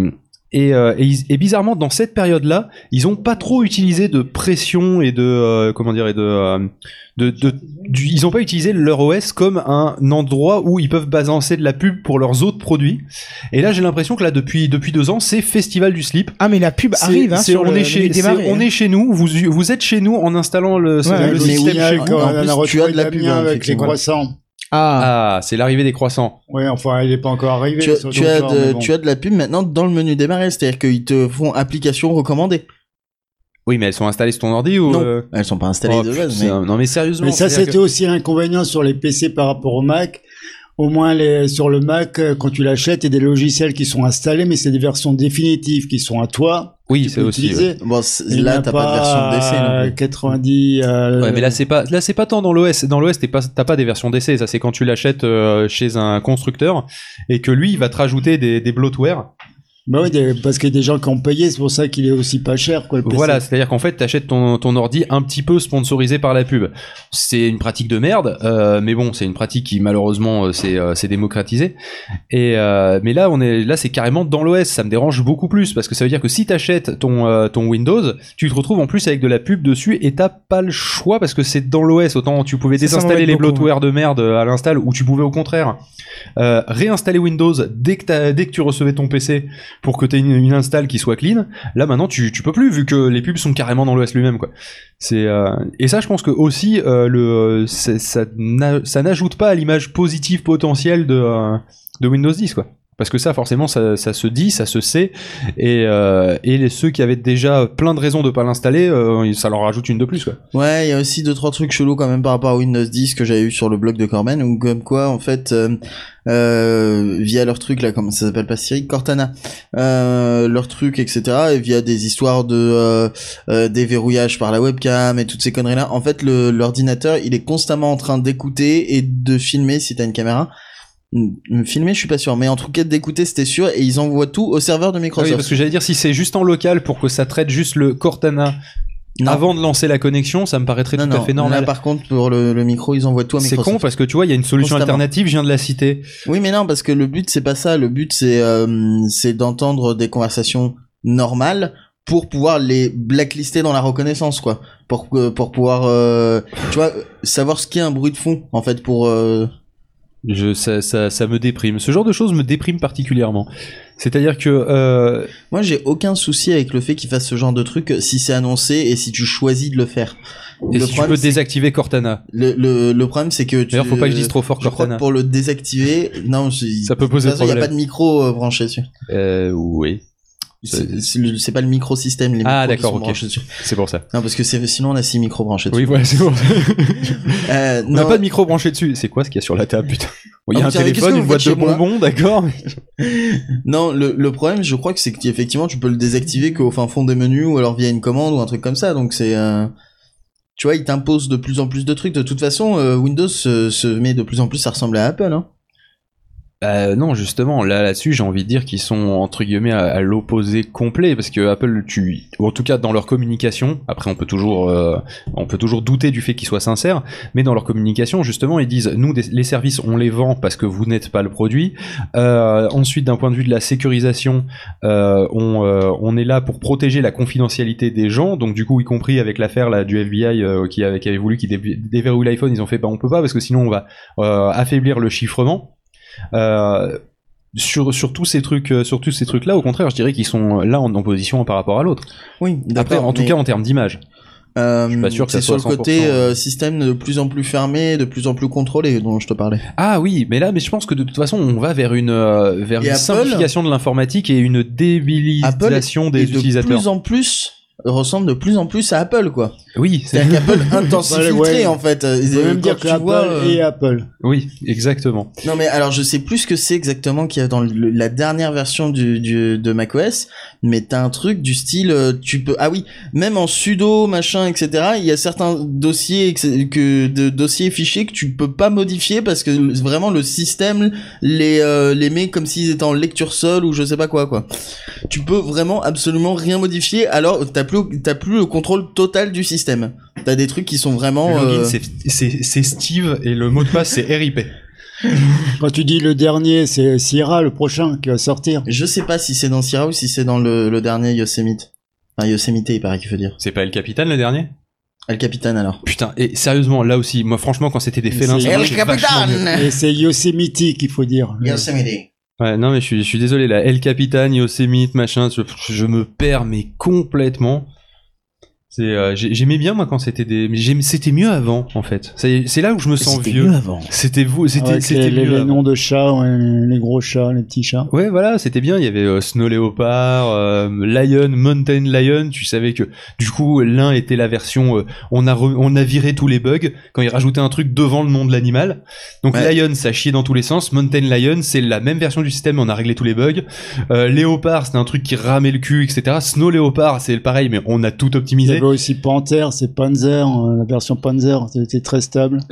Et, euh, et, ils- et bizarrement, dans cette période-là, ils ont pas trop utilisé de pression et de euh, comment dire et de, euh, de, de du, ils ont pas utilisé leur O S comme un endroit où ils peuvent balancer de la pub pour leurs autres produits. Et là, j'ai l'impression que là, depuis depuis deux ans, c'est Festival du Slip. Ah mais la pub C'est- arrive hein, c'est- sur on le est chez, menu c'est- démarré, on hein. est chez nous. Vous vous êtes chez nous en installant le, Ouais, le mais système oui, chez en- vous. en on a plus, retrouvé tu as de la pub, Damien hein, avec les effectivement. croissants. Ah, Ah, c'est l'arrivée des croissants. Ouais, enfin, il est pas encore arrivé. Tu as, sur tu, d'autres as genres, de, mais bon. tu as de la pub maintenant dans le menu démarrer, c'est-à-dire qu'ils te font application recommandée. Oui, mais elles sont installées sur ton ordi ou Non. euh, Elles sont pas installées oh, de base, putain, mais... non mais sérieusement. Mais ça, c'est-à-dire c'était aussi l'inconvénient sur les P C par rapport au Mac. Au moins, les, sur le Mac, euh, quand tu l'achètes, il y a des logiciels qui sont installés, mais c'est des versions définitives qui sont à toi. que- oui, Tu c'est peux aussi. utiliser. ouais. Bon, c'est- Il là, n'y a t'as pas de version de décès non plus. quatre-vingt-dix. euh, Ouais, mais là c'est pas là c'est pas tant dans l'O S. Dans l'O S t'es pas t'as pas des versions d'essai. Ça c'est quand tu l'achètes euh, chez un constructeur et que lui il va te rajouter des des bloatware. Bah oui, des- parce qu'il y a des gens qui ont payé, c'est pour ça qu'il est aussi pas cher, quoi, le P C. Voilà, c'est-à-dire qu'en fait t'achètes ton ton ordi un petit peu sponsorisé par la pub. C'est une pratique de merde, euh, mais bon c'est une pratique qui malheureusement euh, c'est euh, c'est démocratisé. Et euh, mais là on est là c'est carrément dans l'O S. Ça me dérange beaucoup plus parce que ça veut dire que si t'achètes ton euh, ton Windows, tu te retrouves en plus avec de la pub dessus et t'as pas le choix parce que c'est dans l'O S. Autant tu pouvais Ça, ça désinstaller m'embête les beaucoup, bloatware de merde à l'install ou tu pouvais au contraire euh, réinstaller Windows dès que t'as- dès que tu recevais ton P C pour que t'aies une, une install qui soit clean. Là maintenant tu tu peux plus vu que les pubs sont carrément dans l'O S lui-même quoi. C'est euh, et ça je pense que aussi euh, le c'est- ça n'a- ça n'ajoute pas à l'image positive potentielle de euh, de Windows dix quoi. Parce que ça, forcément, ça, ça se dit, ça se sait, et, euh, et les, ceux qui avaient déjà plein de raisons de pas l'installer, euh, ça leur rajoute une de plus, quoi. Ouais, il y a aussi deux trois trucs chelous quand même par rapport à Windows dix que j'avais eu sur le blog de Corben, ou comme quoi en fait euh, euh, via leur truc là, comment ça s'appelle pas Siri, Cortana, euh, leur truc et cetera, et via des histoires de euh, euh, déverrouillage par la webcam et toutes ces conneries là. En fait, le l'ordinateur il est constamment en train d'écouter et de filmer si t'as une caméra. Me filmer, je suis pas sûr, mais en tout cas d'écouter, c'était sûr, et ils envoient tout au serveur de Ah Microsoft. oui, parce que j'allais dire, si c'est juste en local pour que ça traite juste le Cortana Non. avant de lancer la connexion, ça me paraîtrait non, tout à non, fait normal. là par contre pour le, le micro, ils envoient tout à C'est Microsoft. con parce que tu vois, il y a une solution Constamment. alternative, je viens de la citer. Oui, mais non, parce que le but c'est pas ça. Le but c'est euh, c'est d'entendre des conversations normales pour pouvoir les blacklister dans la reconnaissance, quoi. Pour que- pour pouvoir, euh, tu vois, savoir ce qu'est un bruit de fond, en fait, pour. Euh... Je, ça, ça, ça me déprime. Ce genre de choses me déprime particulièrement. C'est-à-dire que euh, Moi, j'ai aucun souci avec le fait qu'ils fassent ce genre de truc si c'est annoncé et si tu choisis de le faire. et le si tu problème, peux c'est- désactiver Cortana. le, le, le problème, c'est que tu. D'ailleurs, faut pas que je dise trop fort Je crois Cortana. que pour le désactiver, non, je- Ça peut poser de toute façon, il y a problème. pas de micro euh, branché dessus. Euh, oui, C'est c'est le- c'est pas le microsystème, les Ah, micros qui d'accord, sont ok. branchés dessus. c'est pour ça. Non, parce que c'est sinon on a six micros branchés dessus. Oui, voilà, c'est bon. Euh, On n'a non, pas de micro branché dessus. C'est quoi ce qu'il y a sur la table, putain? Bon, il y a Ah, un tiens, qu'est-ce que téléphone, vous une boîte faites de chez moi bonbons, d'accord. non, le, le problème, je crois que c'est qu'effectivement, tu peux le désactiver qu'au fin fond des menus ou alors via une commande ou un truc comme ça. Donc c'est, euh, tu vois, il t'impose de plus en plus de trucs. De toute façon, euh, Windows se, se met de plus en plus à ressembler à Apple. Hein. Euh, non, justement, là, là-dessus, j'ai envie de dire qu'ils sont, entre guillemets, à, à l'opposé complet, parce que Apple, tu, ou en tout cas, dans leur communication, après, on peut toujours, euh, on peut toujours douter du fait qu'ils soient sincères, mais dans leur communication, justement, ils disent, nous, des- les services, on les vend parce que vous n'êtes pas le produit. Euh, ensuite, d'un point de vue de la sécurisation, euh, on, euh, on est là pour protéger la confidentialité des gens, donc du coup, y compris avec l'affaire là du F B I euh, qui, avait, qui avait voulu qu'ils dé- déverrouillent l'iPhone, ils ont fait, bah, on peut pas parce que sinon, on va euh, affaiblir le chiffrement. Euh, sur sur tous ces trucs euh, sur tous ces trucs là au contraire je dirais qu'ils sont là en opposition par rapport à l'autre. Oui, Après en tout mais, cas en termes d'image euh, je suis pas sûr que c'est ça soit sur le à côté cent pour cent. euh, système de plus en plus fermé, de plus en plus contrôlé dont je te parlais. ah oui mais là mais je pense que de toute façon on va vers une euh, vers Et une Apple, simplification de l'informatique et une débilisation Apple des est de utilisateurs. plus en plus ressemble de plus en plus à Apple, quoi. Oui c'est C'est-à-dire qu'Apple intensifie Ouais, le ouais. trait, en fait. On peut même Quand dire tu que Apple vois, euh, et Apple. oui exactement. Non mais alors je sais plus ce que c'est exactement qu'il y a dans le- la dernière version du, du de macOS, mais t'as un truc du style euh, tu peux ah oui même en sudo machin et cetera il y a certains dossiers ex- que de dossiers fichiers que tu peux pas modifier parce que le- vraiment le système les euh, les met comme s'ils étaient en lecture seule ou je sais pas quoi quoi. Tu peux vraiment absolument rien modifier alors t'as plus t'as plus le contrôle total du système. T'as des trucs qui sont vraiment Le login euh, c'est c'est c'est Steve et le mot de passe c'est R I P. Quand tu dis le dernier, c'est Sierra, le prochain, qui va sortir. Je sais pas si c'est dans Sierra ou si c'est dans le, le dernier Yosemite. Enfin, Yosemite, il paraît qu'il faut dire. C'est pas El Capitan le dernier? El Capitan alors. Putain, et sérieusement, là aussi, moi franchement, quand c'était des félins, C'est ça El marchait vachement mieux. Capitan. Et c'est Yosemite qu'il faut dire. Yosemite. Ouais, non mais je suis, je suis désolé, là, El Capitan, Yosemite, machin, je, je me perds mais complètement. C'est, euh, j'ai- j'aimais bien moi quand c'était des, mais j'aimais- c'était mieux avant en fait. C'est, c'est là où je me sens C'était vieux. mieux avant. C'était vous, c'était, Avec c'était les, les, mieux les avant. noms de chats, ouais, les gros chats, les petits chats. Ouais, voilà, c'était bien. Il y avait euh, Snow Leopard, euh, Lion, Mountain Lion. Tu savais que du coup l'un était la version. euh, on a re- on a viré tous les bugs quand ils rajoutaient un truc devant le nom de l'animal. Donc Ouais. Lion, ça chiait dans tous les sens. Mountain Lion, c'est la même version du système, mais on a réglé tous les bugs. Euh, Léopard, c'était un truc qui ramait le cul, et cetera. Snow Leopard, c'est pareil, mais on a tout Il y optimisé. avait aussi Panther, c'est Panzer, euh, la version Panzer, c'était très stable.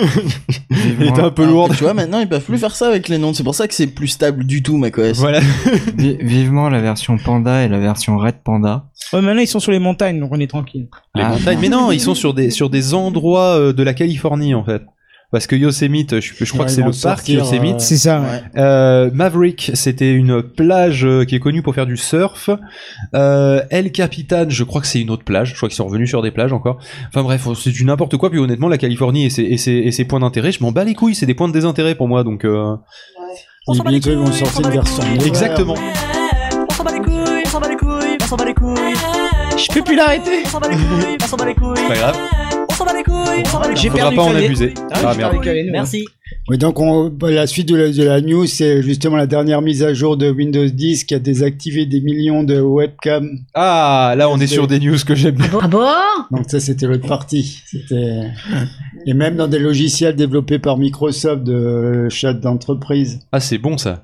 Elle était un peu Alors lourde. que tu vois, maintenant ils peuvent plus faire ça avec les noms. C'est pour ça que c'est plus stable du tout, macOS. Voilà. Vi- vivement la version Panda et la version Red Panda. Ouais, maintenant ils sont sur les montagnes, donc on est tranquille. Les Ah. montagnes. Mais non, ils sont sur des sur des endroits euh, de la Californie en fait. Parce que Yosemite, je, je crois Ouais, que ils c'est vont le parc sortir, Yosemite. euh, C'est ça. ouais. Ouais. Euh, Maverick, c'était une plage euh, qui est connue pour faire du surf. Euh, El Capitan, je crois que c'est une autre plage. Je crois qu'ils sont revenus sur des plages encore. Enfin bref, c'est du n'importe quoi. Puis honnêtement, la Californie et ses, et ses, et ses points d'intérêt, je m'en bats les couilles. C'est des points de désintérêt pour moi. Donc euh... Et bientôt ils vont sortir une version. nouvelle. exactement. On s'en bat les couilles, on s'en bat les couilles, on s'en bat les couilles. Je peux plus l'arrêter. On s'en bat les couilles, on s'en bat les couilles. C'est pas grave. On s'en bat les couilles, on s'en bat les couilles. J'ai Faudra perdu pas en Calais. abuser. Ah, Ah j'ai merde. perdu Calais, nous. Merci. Oui, donc on, bah, la suite de la, de la news, c'est justement la dernière mise à jour de Windows dix qui a désactivé des millions de webcams. Ah, là on est sur des news que j'aime bien. Ah bon? Donc ça, c'était l'autre partie. C'était et même dans des logiciels développés par Microsoft de chat d'entreprise. Ah, c'est bon ça.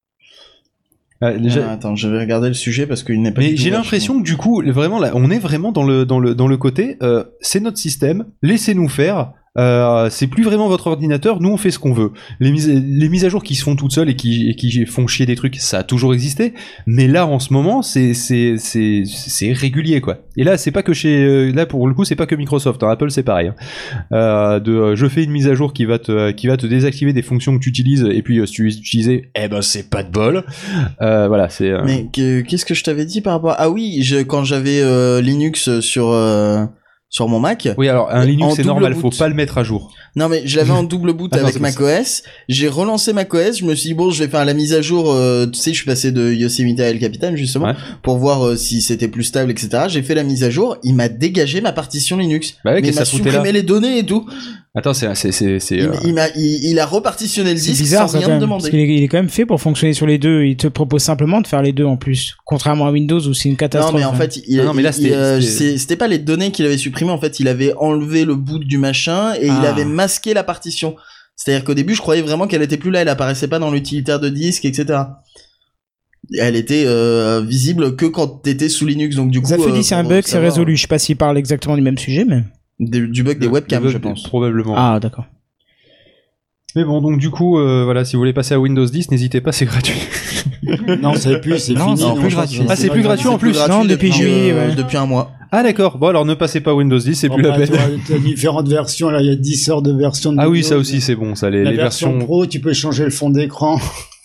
Euh, déjà- Ah, attends, je vais regarder le sujet parce qu'il n'est pas. Mais du tout j'ai vachement. l'impression que du coup, vraiment, là, on est vraiment dans le dans le dans le côté, euh, c'est notre système, laissez-nous faire. Euh, c'est plus vraiment votre ordinateur, nous on fait ce qu'on veut. Les mises les mises à jour qui se font toutes seules et qui et qui font chier des trucs, ça a toujours existé. Mais là, en ce moment, c'est c'est c'est c'est régulier quoi. Et là, c'est pas que chez euh, là pour le coup, c'est pas que Microsoft. Hein, Apple, c'est pareil. Hein. Euh, de euh, je fais une mise à jour qui va te qui va te désactiver des fonctions que tu utilises et puis euh, si tu les utilisais, eh ben c'est pas de bol. Euh, voilà, c'est. euh, Mais que- qu'est-ce que je t'avais dit par rapport à... Ah oui, je, quand j'avais euh, Linux sur euh, sur mon Mac. Oui, alors un Linux En c'est double normal, boot. faut pas le mettre à jour. Non mais je l'avais en double boot Ah non, avec c'est macOS. J'ai relancé macOS. Je me suis dit bon, je vais faire la mise à jour. euh, tu sais, je suis passé de Yosemite à El Capitan justement Ouais. pour voir euh, si c'était plus stable, et cetera. J'ai fait la mise à jour. Il m'a dégagé ma partition Linux. Bah ouais, mais il qu'est-ce m'a que ça foutait supprimé là les données et tout. Attends, c'est c'est c'est c'est. Il, euh, il m'a, il, il a repartitionné le C'est disque bizarre sans ça rien quand me même, parce qu'il demander. est, il est quand même fait pour fonctionner sur les deux. Il te propose simplement de faire les deux en plus, contrairement à Windows où c'est une Non catastrophe. mais en hein. fait, il, Ah non, mais là, il- c'était- euh, c'était- c'est- c'était pas les données qu'il avait supprimées. En fait, il avait enlevé le boot du machin et il Ah. avait masqué la partition. C'est-à-dire qu'au début, je croyais vraiment qu'elle était plus là. Elle apparaissait pas dans l'utilitaire de disque, et cetera. Elle était euh, visible que quand t'étais sous Linux. Donc du coup, Ça fait euh, dit c'est un pour bug, c'est savoir, résolu. Je sais pas s'il parle exactement du même sujet, mais. des- du bug des le- webcams, le bug je des- pense. Probablement. Ah d'accord. Mais bon, donc du coup, euh, voilà, si vous voulez passer à Windows dix, n'hésitez pas, c'est gratuit. Non, c'est plus, c'est Non, fini. c'est non, plus je pense gratuit. que Ah, c'est plus gratuit en plus. gratuit Non, depuis juillet, euh, ouais. depuis un mois. Ah d'accord. Bon alors ne passez pas à Windows dix, c'est Bon, plus la bah, peine. tu vois, t'as différentes versions. Là, il y a dix sortes de versions de Ah oui, Windows. ça aussi c'est bon, ça les, La les version, versions. pro, tu peux changer le fond d'écran.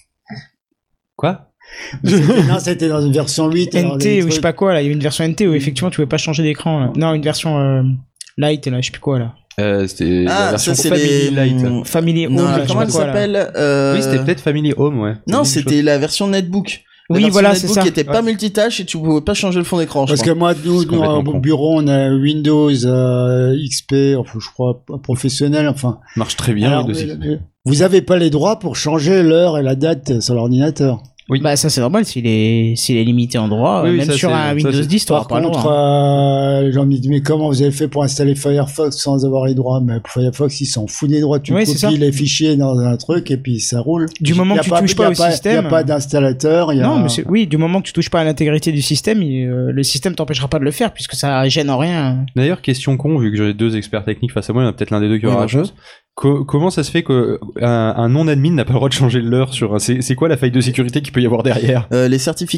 Quoi C'était- non, c'était dans une version huit. alors, N les T ou je trucs- sais pas quoi là. Il y avait une version N T où effectivement tu pouvais pas changer d'écran. Là. Non, une version euh, light là, je sais plus quoi là. euh, C'était la Ah, version ça c'est Family les Light. Family Home, Non, là, je sais comment pas elle quoi, là. s'appelle euh... Oui, c'était peut-être Family Home, ouais. Non, C'est quelque c'était la version netbook. La Oui, version voilà, c'est netbook ça. qui était pas Ouais. multitâche et tu pouvais pas changer le fond d'écran. je Parce que crois. moi, nous, C'est nous, complètement au con. bureau, on a Windows euh, X P, enfin, je crois, professionnel, enfin. chose. Marche très bien Alors, Windows euh, X. euh, vous avez pas les droits pour changer l'heure et la date sur l'ordinateur. Oui. Bah ça c'est normal s'il est s'il est limité en droit. Oui, euh, oui, même ça, sur c'est- un ça, Windows c'est- dix, t'auras Par pas le contre, droit. hein. euh, les gens me disent, mais comment vous avez fait pour installer Firefox sans avoir les droits? Mais Firefox, ils s'en foutent des droits. Tu Ouais, c'est ça. copies les fichiers dans un truc et puis ça roule. Du moment Y a que tu touches y a pas au système. Il n'y a pas d'installateur. y a- Non, mais c'est- oui, du moment que tu touches pas à l'intégrité du système, il- euh, le système t'empêchera pas de le faire puisque ça gêne en rien. D'ailleurs, question con, vu que j'ai deux experts techniques face à moi, il y en a peut-être l'un des deux qui Oui, aura la bonjour. chose. Co- comment ça se fait qu'un un non-admin n'a pas le droit de changer l'heure sur un... C'est c'est quoi la faille de sécurité qu'il peut y avoir derrière Euh, les certificats.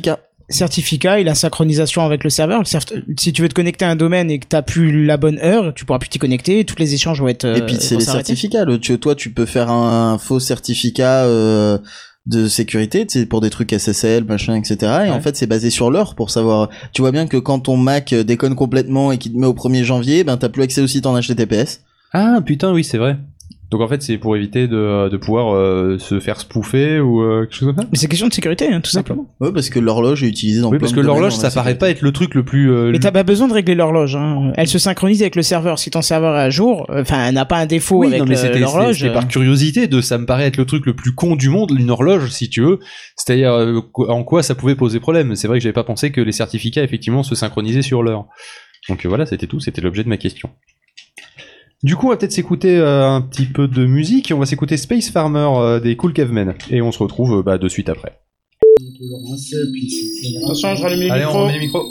certificat et la synchronisation avec le serveur. Le serve- si tu veux te connecter à un domaine et que t'as plus la bonne heure, tu pourras plus t'y connecter et tous les échanges vont être. Euh, Et puis c'est vont les s'arrêter. certificats. Le, tu, toi, tu peux faire un, un faux certificat euh, de sécurité, tu sais, pour des trucs S S L, machin, et cetera. Et Ouais. en fait, c'est basé sur l'heure pour savoir. Tu vois bien que quand ton Mac déconne complètement et qu'il te met au premier janvier, ben t'as plus accès au site en H T T P S. Ah putain, oui, c'est vrai. Donc en fait, c'est pour éviter de, de pouvoir euh, se faire spoofer ou euh, quelque chose comme ça. Mais c'est question de sécurité, hein, tout simplement. Ouais, parce que l'horloge est utilisée dans Oui, plein parce de que domaines l'horloge, dans ça la paraît sécurité. pas être le truc le plus. Euh, Mais t'as pas besoin de régler l'horloge. Hein. Elle se synchronise avec le serveur. Si ton serveur est à jour, enfin, elle n'a pas un défaut oui, avec non, mais le- c'était, l'horloge. c'était par curiosité de ça me paraît être le truc le plus con du monde, une horloge, si tu veux. C'est-à-dire euh, en quoi ça pouvait poser problème. C'est vrai que j'avais pas pensé que les certificats effectivement se synchronisaient sur l'heure. Donc euh, voilà, c'était tout, c'était l'objet de ma question. Du coup, on va peut-être s'écouter euh, un petit peu de musique et on va s'écouter Space Farmer euh, des Cool Cavemen et on se retrouve euh, bah, de suite après. Attention, je rallume les Allez, micros. on remet les micros.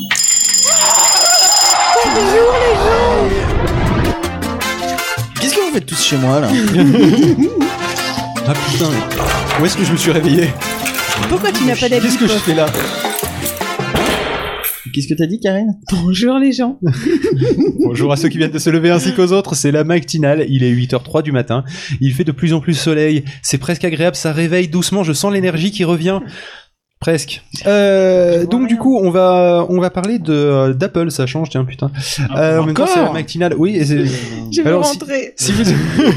Qu'est-ce que vous faites tous chez moi là? Ah putain, où est-ce que je me suis réveillé? Pourquoi tu n'as pas d'habit Qu'est-ce que je fais là? Qu'est-ce que t'as dit, Karine? Bonjour les gens. Bonjour à ceux qui viennent de se lever ainsi qu'aux autres, c'est la matinale, il est huit heures trois du matin, il fait de plus en plus soleil, c'est presque agréable, ça réveille doucement, je sens l'énergie qui revient. Presque. Euh, donc du coup, on va on va parler de d'Apple, ça change, tiens putain. Euh, en même temps, encore c'est la matinale. Oui, et c'est... Je veux Alors, si- rentrer. Si vous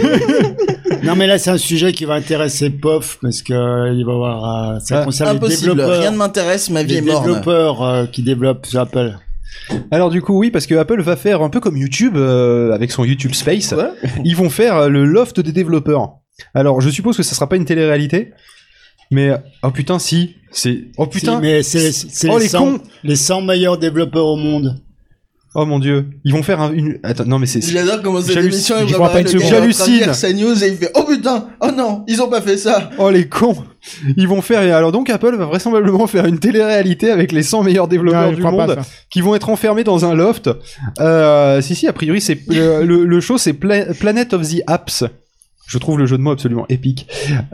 Non, mais là, c'est un sujet qui va intéresser P O F parce que euh, il va y avoir, euh, ça Ah, concerne les Impossible, développeurs, rien ne m'intéresse, ma vie les est morne. développeurs euh, qui développent sur Apple. Alors du coup, oui, parce que Apple va faire un peu comme YouTube euh, avec son YouTube Space. Ouais. Ils vont faire euh, le loft des développeurs. Alors, je suppose que ça sera pas une télé-réalité, mais oh putain, si, c'est oh putain. Si, mais c'est c'est Oh, les, les cent, cons. les cent meilleurs développeurs au monde. Oh mon dieu, ils vont faire un, une. Attends, non mais c'est. J'adore comment cette J'hallucine- émission est j'y crois préparée, pas une le seconde. gars est en train de J'hallucine. lire sa news et il fait oh putain, oh non, ils ont pas fait ça. Oh les cons. Ils vont faire. Alors donc Apple va vraisemblablement faire une télé-réalité avec les cent meilleurs développeurs Non, je du crois pas, monde ça. qui vont être enfermés dans un loft. Euh, si si, a priori c'est le, le, le show c'est Pla- Planet of the Apps. Je trouve le jeu de mots absolument épique.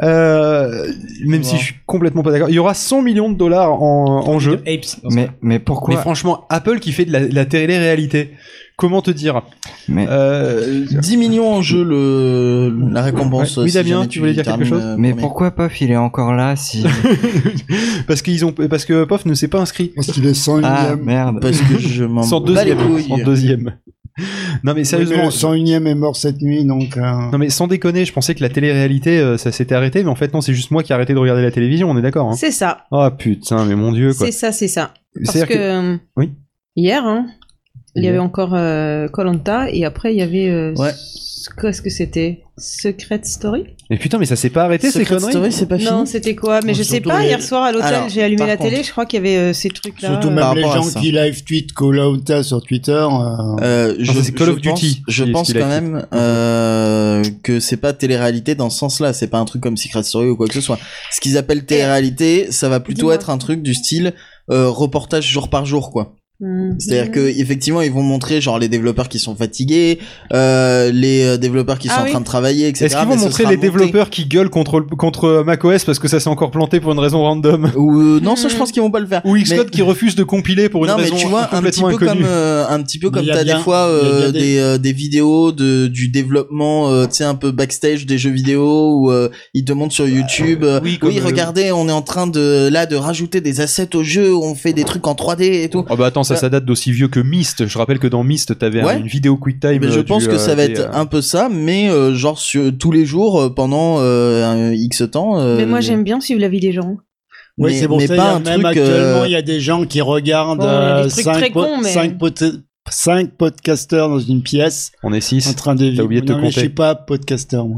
Euh, même si je suis complètement pas d'accord. Il y aura cent millions de dollars en, en jeu. Apes. Mais, mais pourquoi Mais franchement, Apple qui fait de la, la télé-réalité. Comment te dire mais, euh, dix millions en jeu le la récompense. Ouais. Oui, si Damien, jamais tu voulais dire quelque termines, chose euh, mais premier. pourquoi Pof il est encore là si... Parce qu'ils ont, parce que Pof ne s'est pas inscrit. Parce qu'il est cent Ah unième. merde. Parce que je m'en Sans bats les deuxième. couilles. En deuxième. Non mais Oui, mais sérieusement. le cent unième est mort cette nuit, donc. euh, Non mais sans déconner, je pensais que la télé-réalité euh, ça s'était arrêté, mais en fait non, c'est juste moi qui ai arrêté de regarder la télévision, on est d'accord hein. C'est ça. Oh putain, mais mon dieu quoi. C'est ça, c'est ça. Parce C'est-à-dire que, euh, Oui. hier, hein, il y Hier. avait encore Koh-Lanta et après il y avait euh, Ouais. s- qu'est-ce que c'était? Secret Story? Mais putain, mais ça s'est pas arrêté ces Secret conneries. Story, c'est pas Non, fini. c'était quoi? Mais Bon, je sais surtout pas, les- hier soir à l'hôtel, Alors, j'ai allumé par la télé, contre- je crois qu'il y avait euh, ces trucs-là. Surtout euh, même par les rapport à gens ça. qui live tweet Call of sur Twitter. euh, Euh, je, ça, c'est Call je of pense- Duty, Je qui- pense ce qu'il a quand fait. même euh, que c'est pas télé-réalité dans ce sens-là. C'est pas un truc comme Secret Story ou quoi que ce soit. Ce qu'ils appellent télé-réalité, ça va plutôt Dis-moi. être un truc du style euh, reportage jour par jour, quoi. hmm. C'est-à-dire que effectivement, ils vont montrer genre les développeurs qui sont fatigués, euh, les euh, développeurs qui Ah sont oui. en train de travailler, et cetera. Est-ce qu'ils mais vont ce montrer sera les monté. développeurs qui gueulent contre contre macOS parce que ça s'est encore planté pour une raison random Ou euh, non, ça je pense qu'ils vont pas le faire. ou Xcode Mais- qui refuse de compiler pour une non mais raison tu vois un petit complètement peu inconnue. comme euh, un petit peu Mais comme il y a t'as bien- des fois il y a euh, bien des des- euh, des vidéos de du développement euh, tu sais un peu backstage des jeux vidéo où euh, ils te montrent sur YouTube euh, oui, oui, comme, euh, regardez on est en train de là de rajouter des assets au jeu, on fait des trucs en trois D et tout. Oh bah attends, ça, ça date d'aussi vieux que Myst. Je rappelle que dans Myst, t'avais Ouais. un- une vidéo QuickTime. Mais je euh, pense du, que euh, ça va des, être euh, un peu ça, mais euh, genre sur tous les jours euh, pendant euh, un X temps. euh, Mais moi j'aime bien suivre la vie des gens. Oui, mais- c'est pour mais ça. pas il y a un même truc, actuellement, euh, il y a des gens qui regardent Bon, il y a des euh, trucs cinq, très po- cons, mais- cinq, pot- cinq podcasters dans une pièce On est en six. train de vivre. oublié de te Non, mais je compter. suis pas podcaster, moi.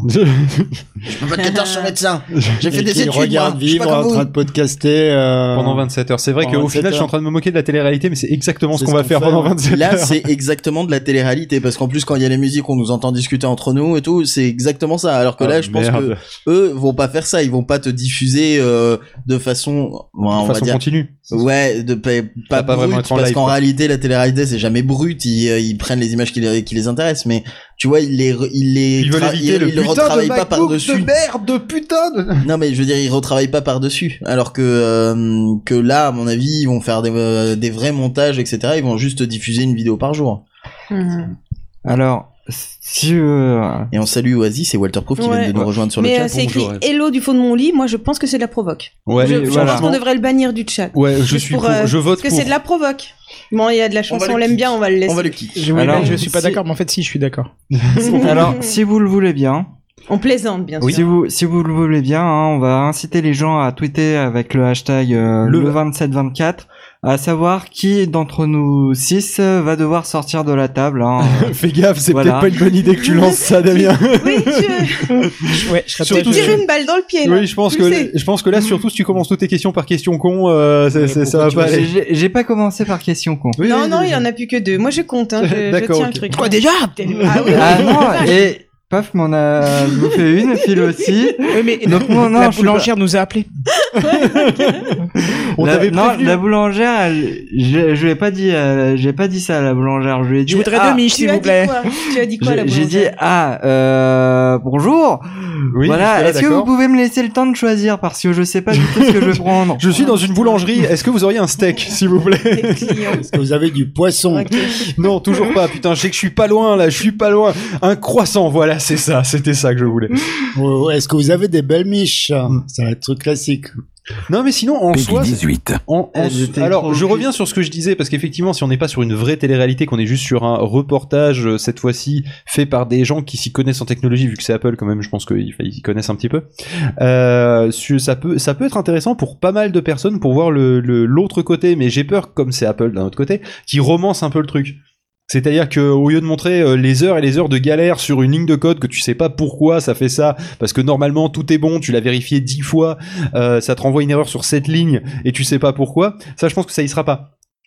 Je peux pas te dire, je suis médecin. J'ai fait Et des qui études. regardent moi. Je suis vivre pas comme en vous. train de podcaster. euh, Pendant vingt-sept heures. C'est vrai pendant qu'au vingt-sept final, je suis en heures. train de me moquer de la télé-réalité, mais c'est exactement ce C'est qu'on ce va qu'on faire fait, pendant hein. vingt-sept Là, heures. c'est exactement de la télé-réalité parce qu'en plus, quand il y a les musiques, on nous entend discuter entre nous et tout. C'est exactement ça. Alors que là, Ah, je pense merde. que eux vont pas faire ça. Ils vont pas te diffuser euh, de façon, bon, on de va façon dire, continue. Ouais, de pas, pas, pas vraiment brut, être en parce live, qu'en quoi. réalité, la télé-réalité, c'est jamais brut. Ils, euh, ils prennent les images qui les, qui les intéressent, mais tu vois, ils les, ils les, Ils veulent tra- éviter ils, le ils le putain de retravaillent pas MacBook par-dessus. de merde, de putain de... Non, mais je veux dire, ils retravaillent pas par-dessus. Alors que, euh, que là, à mon avis, ils vont faire des, euh, des vrais montages, et cetera. Ils vont juste diffuser une vidéo par jour. Mhm. Alors, si euh, Et on salue Oasis et Walterproof qui Ouais. viennent de nous rejoindre sur Mais le euh, chat. c'est écrit Bonjour. Hello du fond de mon lit. Moi, je pense que c'est de la provoque. Ouais, je, mais je voilà. pense qu'on devrait le bannir du chat. Ouais, je Juste suis pour, pour, euh, je vote Parce que pour. c'est de la provoque. Bon, il y a de la On chanson, va on le l'aime kick. bien, on va le laisser. On va le kick. Je, oui, Alors, mais je suis pas si- d'accord, mais en fait, si, je suis d'accord. alors, si vous le voulez bien, On plaisante, bien sûr. si vous si vous le voulez bien, hein, on va inciter les gens à tweeter avec le hashtag euh, Le- le vingt-sept vingt-quatre, à savoir qui d'entre nous six euh, va devoir sortir de la table. Hein. Fais gaffe, c'est Voilà. peut-être pas une bonne idée que tu lances ça, Damien. Oui, je, Ouais, je serais je peut-être- te tire une balle dans le pied. Là. Oui, je pense Tu que le sais. je pense que là, surtout si tu commences toutes tes questions par question con, euh, c'est- c'est- ça va pas aller. J'ai j'ai pas commencé par question con. Oui, Non, oui, non, oui. il en a plus que deux. Moi, je compte. Hein. Je, je D'accord, tiens ok. le truc. Quoi, déjà? Ah oui. Ah non, et Paf m'en a bouffé une, Phil aussi. Oui, mais Donc, non, non, la je suis boulangère nous a appelés. On La- t'avait non, prévenu. la boulangère, elle- je, je lui ai pas dit, euh, j'ai pas dit ça à la boulangère. Je lui ai dit. Je voudrais ah, deux miches, Tu s'il as vous dit plaît. quoi Tu as dit quoi, la J'ai j'ai dit boulangère ah euh, bonjour. Oui, voilà. jusque-là, Est-ce que vous d'accord. pouvez me laisser le temps de choisir parce que je sais pas du tout ce que je vais prendre. Je suis dans une boulangerie. Est-ce que vous auriez un steak, s'il vous plaît? Les clients. Est-ce que vous avez du poisson? Ok. Non, toujours pas. Putain, je sais que je suis pas loin là. Je suis pas loin. Un croissant, voilà, c'est ça. C'était ça que je voulais. Oh, Est-ce que vous avez des belles miches? C'est un truc classique. Non, mais sinon, en soi, dix-huit. En- en- Elles étaient alors, trop je occupées. reviens sur ce que je disais parce qu'effectivement, si on n'est pas sur une vraie télé-réalité, qu'on est juste sur un reportage euh, cette fois-ci fait par des gens qui s'y connaissent en technologie, vu que c'est Apple quand même, je pense qu'ils ils connaissent un petit peu. Euh, su- ça peut, ça peut être intéressant pour pas mal de personnes pour voir le le- l'autre côté, mais j'ai peur, comme c'est Apple d'un autre côté, qui romance un peu le truc. C'est-à-dire que au lieu de montrer euh, les heures et les heures de galère sur une ligne de code que tu sais pas pourquoi ça fait ça, parce que normalement tout est bon, tu l'as vérifié dix fois, euh, ça te renvoie une erreur sur cette ligne et tu sais pas pourquoi, ça je pense que ça y sera pas.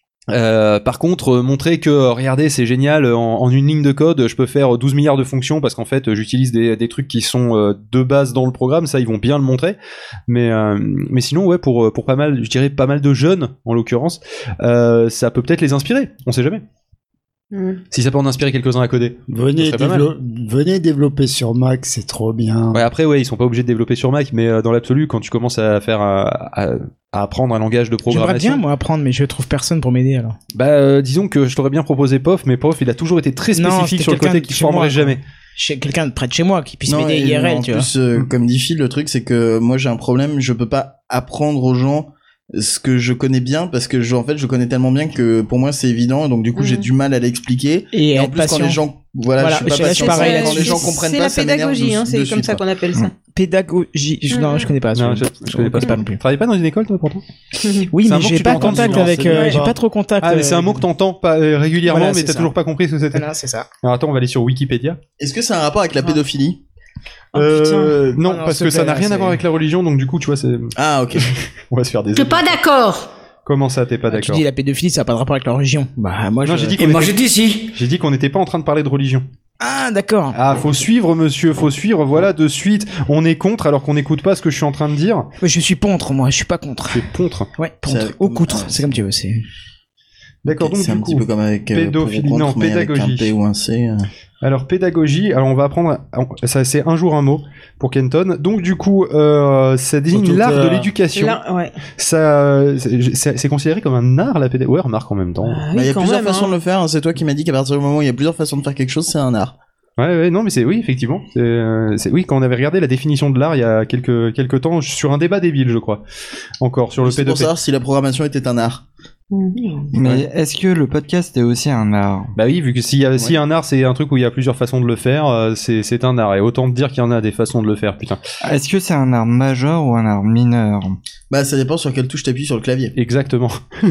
Euh, par contre, euh, montrer que euh, regardez c'est génial, en, en une ligne de code je peux faire douze milliards de fonctions parce qu'en fait j'utilise des, des trucs qui sont euh, de base dans le programme, ça ils vont bien le montrer. Mais euh, mais sinon ouais pour pour pas mal, je dirais pas mal de jeunes en l'occurrence, euh, ça peut peut-être les inspirer, on sait jamais. Mm. Si ça peut en inspirer quelques-uns à coder. Venez, Ça serait pas mal. dévelop- venez développer sur Mac, c'est trop bien. Ouais, après, ouais, ils sont pas obligés de développer sur Mac, mais euh, dans l'absolu, quand tu commences à faire, à, à, à apprendre un langage de J'aimerais programmation. bien, moi, apprendre, mais je trouve personne pour m'aider, alors. Bah, euh, disons que je t'aurais bien proposé P O F, mais P O F, il a toujours été très Non, spécifique c'était sur le quelqu'un côté de qui chez formerait moi, jamais. Chez quelqu'un de près de chez moi qui puisse Non, m'aider et I R L, en tu vois. plus, euh, comme dit Phil, le truc c'est que moi j'ai un problème, je peux pas apprendre aux gens ce que je connais bien parce que je, en fait je connais tellement bien que pour moi c'est évident, donc du coup Mhm. j'ai du mal à l'expliquer. Et, Et en être plus quand patient. les gens, voilà, Voilà, je suis pas je- là, je suis patient, pareil quand là-dessus. les gens comprennent C'est pas, la ça m'énerve pédagogie, de- hein, de c'est comme suite, ça quoi. qu'on appelle ça. Pédagogie. Je- Non, je connais pas. Non, je- je, je connais pas ça. pas non plus. Tu travailles pas dans une école, toi, pourtant? Oui, C'est un mais mot que j'ai tu pas dois entendre contact souvent, avec. c'est euh, bien. J'ai pas trop contact. Ah, mais c'est un euh, mot que t'entends pas euh, régulièrement, Voilà, mais c'est t'as ça. toujours pas compris ce que c'était. Voilà, c'est ça. Alors attends, on va aller sur Wikipédia. Est-ce que c'est un rapport avec la pédophilie? Oh, euh, non, Oh non, parce s'il que te ça plaît, n'a là, rien à c'est- voir avec la religion, donc du coup, tu vois, c'est, Ah ok. on va se faire des. Je suis pas d'accord. Comment ça, t'es pas Ah, tu d'accord? dis la pédophilie, ça a pas de rapport avec la religion. Bah, moi, Non, je... j'ai dit Et qu'on moi était- j'ai dit si. j'ai dit qu'on n'était pas en train de parler de religion. Ah, d'accord. Ah, faut suivre, monsieur, faut suivre, voilà, de suite. On est contre alors qu'on n'écoute pas ce que je suis en train de dire. Ouais, je suis contre, moi, je suis pas contre. C'est contre. Ouais, C'est contre. Ou comme- contre, ah, c'est comme tu veux, c'est... D'accord, donc c'est un du petit coup. peu comme avec euh, pédophilie, pour ou contre, non, mais avec un pédagogie. P ou un C. euh. Alors, pédagogie, alors on va apprendre, ça c'est un jour un mot pour Kenton. Donc du coup, euh, ça désigne Surtout l'art que- de l'éducation. Là, ouais. Ça, c'est c'est- c'est considéré comme un art, la pédagogie. Ouais, remarque en même temps. Ah Bah, il oui, y a quand plusieurs même, façons hein. de le faire, hein. C'est toi qui m'as dit qu'à partir du moment où il y a plusieurs façons de faire quelque chose, c'est un art. Ouais, ouais, non, mais c'est oui, effectivement. C'est, euh, c'est oui, quand on avait regardé la définition de l'art il y a quelques quelques temps sur un débat débile, je crois. Encore sur le C'est P deux pour P. savoir si la programmation était un art. Mhm. Mais est-ce que le podcast est aussi un art? Bah oui, vu que s'il y a, si un art c'est un truc où il y a plusieurs façons de le faire, euh, c'est c'est un art. Et autant te dire qu'il y en a des façons de le faire, putain. Est-ce que c'est un art majeur ou un art mineur? Bah ça dépend sur quelle touche t'appuies sur le clavier. Exactement.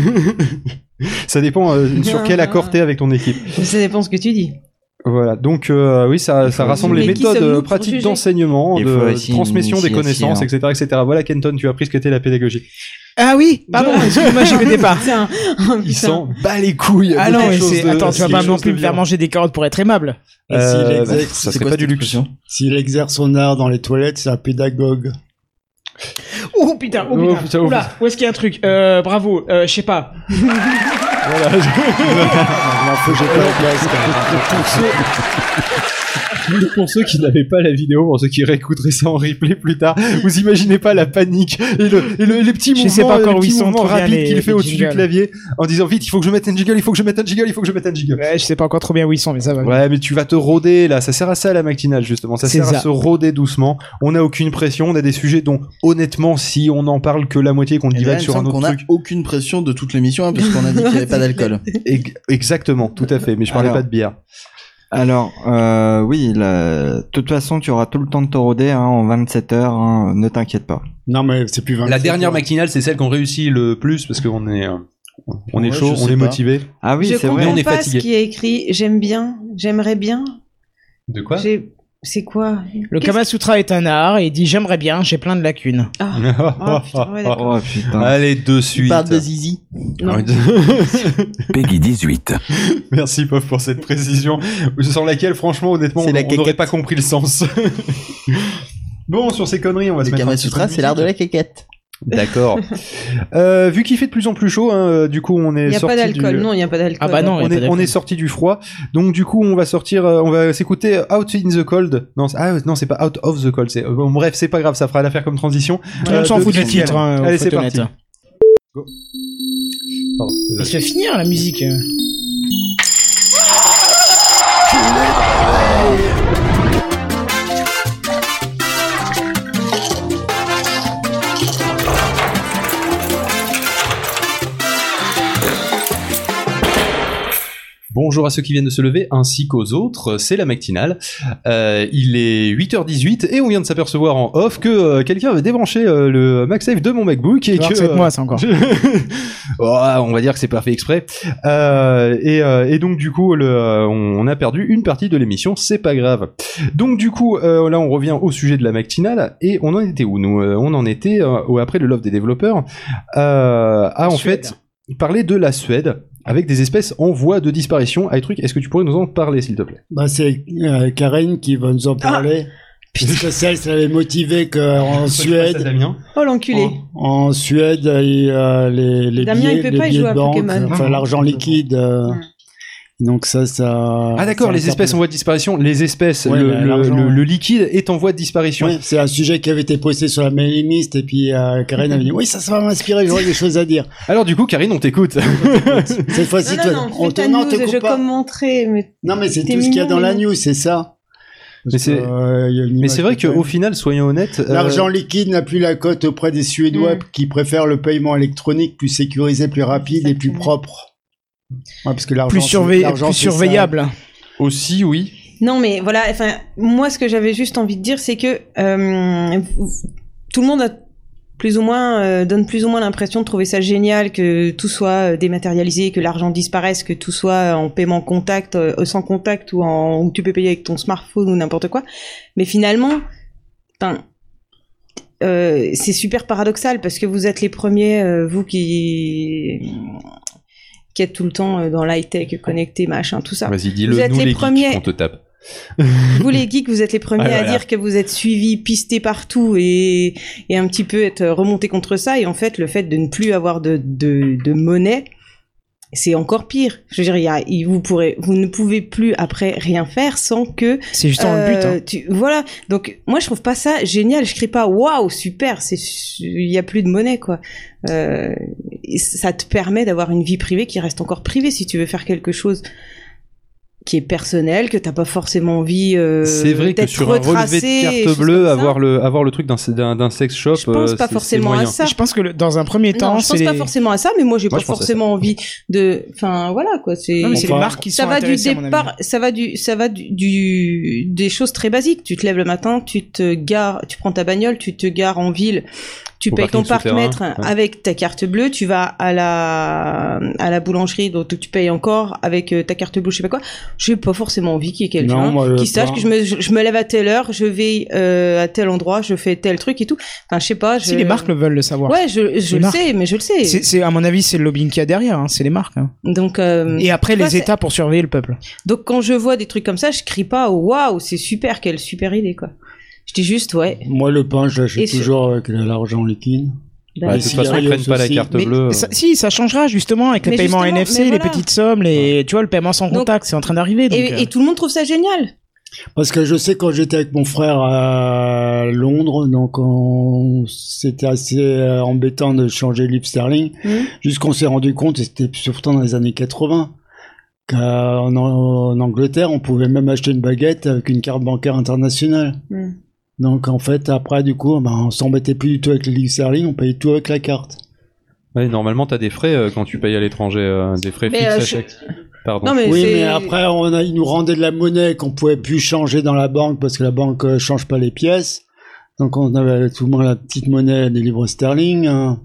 Ça dépend euh, sur quel accord t'es avec ton équipe. Ça dépend ce que tu dis. Voilà, donc euh, oui, ça, ça rassemble les Mais qui méthodes sommes-nous euh, pour pratiques juger d'enseignement, Il faut de aussi transmission une des connaissances, initiation. et cetera, et cetera. Voilà, Kenton, tu as appris ce qu'était la pédagogie. Ah oui, pardon, excuse-moi, je connais pas. C'est un... oh, Il putain. s'en bat les couilles. Ah de non, quelque mais chose c'est... de- Attends, tu vas quelque pas non chose plus de me faire bien. manger des carottes pour être aimable. Et Euh, s'il bah, exerce, ça c'est serait quoi pas cette du luxe. expression s'il exerce son art dans les toilettes, c'est un pédagogue. Oh putain, oh putain. Oh, putain, oh, Oula, où est-ce qu'il y a un truc euh, Bravo, euh, je sais pas. Voilà. Non, faut que j'ai pas la place, quand même. Pour ceux qui n'avaient pas la vidéo, pour ceux qui réécouteraient ça en replay plus tard, vous imaginez pas la panique et, le, et le, les petits Je mouvements, sais pas encore les où petits ils sont mouvements trop bien, rapides les- qu'il les fait au-dessus du jingles. clavier en disant vite, il faut que je mette un jiggle, il faut que je mette un jiggle, il faut que je mette un jiggle. Ouais, je sais pas encore trop bien où ils sont, mais ça va. Ouais, mais tu vas te rôder là, ça sert à ça la matinale justement, ça C'est sert ça. à se rôder doucement. On n'a aucune pression, on a des sujets dont honnêtement, si on n'en parle que la moitié, qu'on Et là, divague il me sur un semble autre qu'on a truc. aucune pression de toute l'émission, hein, puisqu'on a dit qu'il n'y avait pas d'alcool. Ex- Exactement, tout à fait, mais je parlais Alors. pas de bière. Alors, euh, oui, la- de toute façon, tu auras tout le temps de te rôder hein, en vingt-sept heures, hein, ne t'inquiète pas. Non, mais c'est plus vingt. La dernière matinale, c'est celle qu'on réussit le plus parce qu'on est, euh, on est Ouais, chaud, je on sais est pas. motivé. Ah oui, je c'est comprends vrai. on est pas fatigué. ce qui est écrit. J'aime bien, j'aimerais bien. De quoi J'ai- C'est quoi Le Qu'est-ce- Kama Sutra est un art et il dit j'aimerais bien, j'ai plein de lacunes. Ah, oh, putain, ouais, d'accord. Oh putain. Allez, de Il suite. parle de Zizi. Non. Peggy dix-huit. Merci Pof pour cette précision, sans laquelle franchement honnêtement C'est on la on n'aurait quéquette. pas compris le sens. Bon, sur ces conneries, on va Le se mettre un Kama petit peu Sutra, de c'est l'art de musique. la quéquette. D'accord. euh, vu qu'il fait de plus en plus chaud, hein, euh, du coup on est Il n'y a sorti pas d'alcool. du... Non, il n'y a pas d'alcool. Ah bah non, on y a pas est, on d'alcool. est sorti du froid, donc du coup on va sortir, euh, on va s'écouter Out in the Cold. Non, c'est- ah non, c'est pas Out of the Cold. C'est euh, bon, bref, c'est pas grave, ça fera l'affaire comme transition. Tout le monde s'en de fout du Christian. titre, hein, Allez, faut c'est être parti. honnête. Go. Pardon, Il désolé. se fait finir la musique. Bonjour à ceux qui viennent de se lever ainsi qu'aux autres, c'est la matinale. Euh, il est huit heures dix-huit et on vient de s'apercevoir en off que euh, quelqu'un avait débranché euh, le MagSafe de mon MacBook et Alors que que c'est moi, ça encore. Oh, on va dire que c'est pas fait exprès. Euh, et, euh, et donc du coup, le, euh, on, on a perdu une partie de l'émission, c'est pas grave. Donc du coup, euh, là on revient au sujet de la matinale et on en était où nous Euh, On en était euh, au- après le love des développeurs euh, à en Suède. fait parler de la Suède avec des espèces en voie de disparition. Avec truc, est-ce que tu pourrais nous en parler s'il te plaît? Bah, c'est euh, Karen qui va nous en parler. Puisque celle, ça l'avait motivé qu'en Suède, Damien. Oh l'enculé. en, en Suède, il, euh, les, les Damien, billets, il peut les pas y billets jouer de à banque, Pokémon. enfin l'argent liquide. euh, Mm. Donc ça, ça. Ah d'accord, ça les espèces en voie de disparition, les espèces, Ouais, le, mais le- l'argent- le- le liquide est en voie de disparition. Ouais, c'est un sujet qui avait été posté sur la mailing list et puis euh, Karen avait dit oui, ça, ça va m'inspirer, j'aurai des choses à dire. Alors du coup, Karine, on t'écoute. Cette fois-ci, Non, toi, non, non, on fais te ta non, news te et coupe je pas. commenterai. Mais... Non, mais c'est T'es tout ce qu'il y a mignon, dans la mignon. news, c'est ça. Mais Parce c'est- que, euh, il y a une Mais image c'est vrai qui qu'au fait- final, soyons honnêtes, euh, L'argent liquide n'a plus la cote auprès des Suédois Mm. qui préfèrent le paiement électronique plus sécurisé, plus rapide et plus Exactement. propre. Ouais, parce que l'argent, Plus, c'est- surveille- l'argent, plus c'est ça. surveillable. aussi, oui. Non, mais voilà. Enfin, moi, ce que j'avais juste envie de dire, c'est que euh, tout le monde a plus ou moins euh, donne plus ou moins l'impression de trouver ça génial que tout soit euh, dématérialisé, que l'argent disparaisse, que tout soit en paiement contact, euh, sans contact ou en où tu peux payer avec ton smartphone ou n'importe quoi. Mais finalement, enfin, euh, c'est super paradoxal parce que vous êtes les premiers, euh, vous qui qui êtes tout le temps euh, dans l'high-tech, connecté, machin, tout ça. Vas-y, Vous dis-le, êtes nous les les premiers. geeks, on te tape. Vous les geeks, vous êtes les premiers Ah, voilà. à dire que vous êtes suivis, pistés partout et, et un petit peu être remontés contre ça. Et en fait, le fait de ne plus avoir de, de, de monnaie, c'est encore pire. Je veux dire, il y a, il- vous pourrez, vous ne pouvez plus après rien faire sans que. C'est justement le but. euh, Hein. tu, voilà. Donc moi, je trouve pas ça génial. Je crie pas waouh super. C'est, il y a plus de monnaie quoi. Euh, et ça te permet d'avoir une vie privée qui reste encore privée si tu veux faire quelque chose qui est personnel, que t'as pas forcément envie euh, C'est vrai que d'être sur un relevé retracé, de et carte choses bleue, comme ça. avoir le, avoir le truc d'un, d'un, d'un sex shop, Je pense euh, pas c'est- forcément c'est à moyen. ça. Je pense que le- dans un premier temps, Non, je c'est pense les... pas forcément à ça, mais moi j'ai Moi, pas je pense à forcément envie de. Enfin voilà quoi. C'est. Non, mais c'est Enfin, les marques qui ça sont va du intéressées, à mon avis. départ, ça va du, ça va du, du, des choses très basiques. Tu te lèves le matin, tu te gares, tu prends ta bagnole, tu te gares en ville, tu Au payes ton parking souterrain, parc-mètre ouais. avec ta carte bleue, tu vas à la, à la boulangerie, donc tu payes encore avec euh, ta carte bleue, je sais pas quoi. J'ai pas forcément envie qu'il y ait Non, quelqu'un moi, qui je sache pas. que je me, je, je me lève à telle heure, je vais euh, à tel endroit, je fais tel truc et tout. Enfin, je sais pas. Je... Si les marques le veulent le savoir. Ouais, je, je Les le marques. sais, mais je le sais. C'est, c'est, à mon avis, c'est le lobbying qu'il y a derrière, hein. C'est les marques. Hein. Donc, euh, Et après, tu vois, les c'est- États pour surveiller le peuple. Donc quand je vois des trucs comme ça, je crie pas waouh, c'est super, quelle super idée quoi. Je dis juste, ouais. Moi, le pain, je l'achète Et sur- toujours avec l'argent liquide. Bah, Ouais, Les de toute façon, ils cigarettes prennent pas la aussi. carte Mais bleue. ça- si, ça changera justement avec les Mais paiements justement, N F C, mais les voilà. petites sommes, les, tu vois, le paiement sans Donc- contact, c'est en train d'arriver. Donc, Et, euh, et tout le monde trouve ça génial. Parce que je sais quand j'étais avec mon frère à Londres, donc on... c'était assez euh, embêtant de changer le livre sterling, Mmh. jusqu'on s'est rendu compte, et c'était surtout dans les années quatre-vingts, qu'en en Angleterre, on pouvait même acheter une baguette avec une carte bancaire internationale. Mmh. Donc en fait, après du coup, ben, on s'embêtait plus du tout avec le livre sterling, on payait tout avec la carte. Ouais, normalement, t'as des frais euh, quand tu payes à l'étranger, euh, des frais Mais, fixes euh, à je- chaque. Pardon. Non, mais Oui, c'est- mais après, on a, ils nous rendaient de la monnaie qu'on pouvait plus changer dans la banque parce que la banque euh, change pas les pièces. Donc on avait tout le monde la petite monnaie des livres sterling. Hein.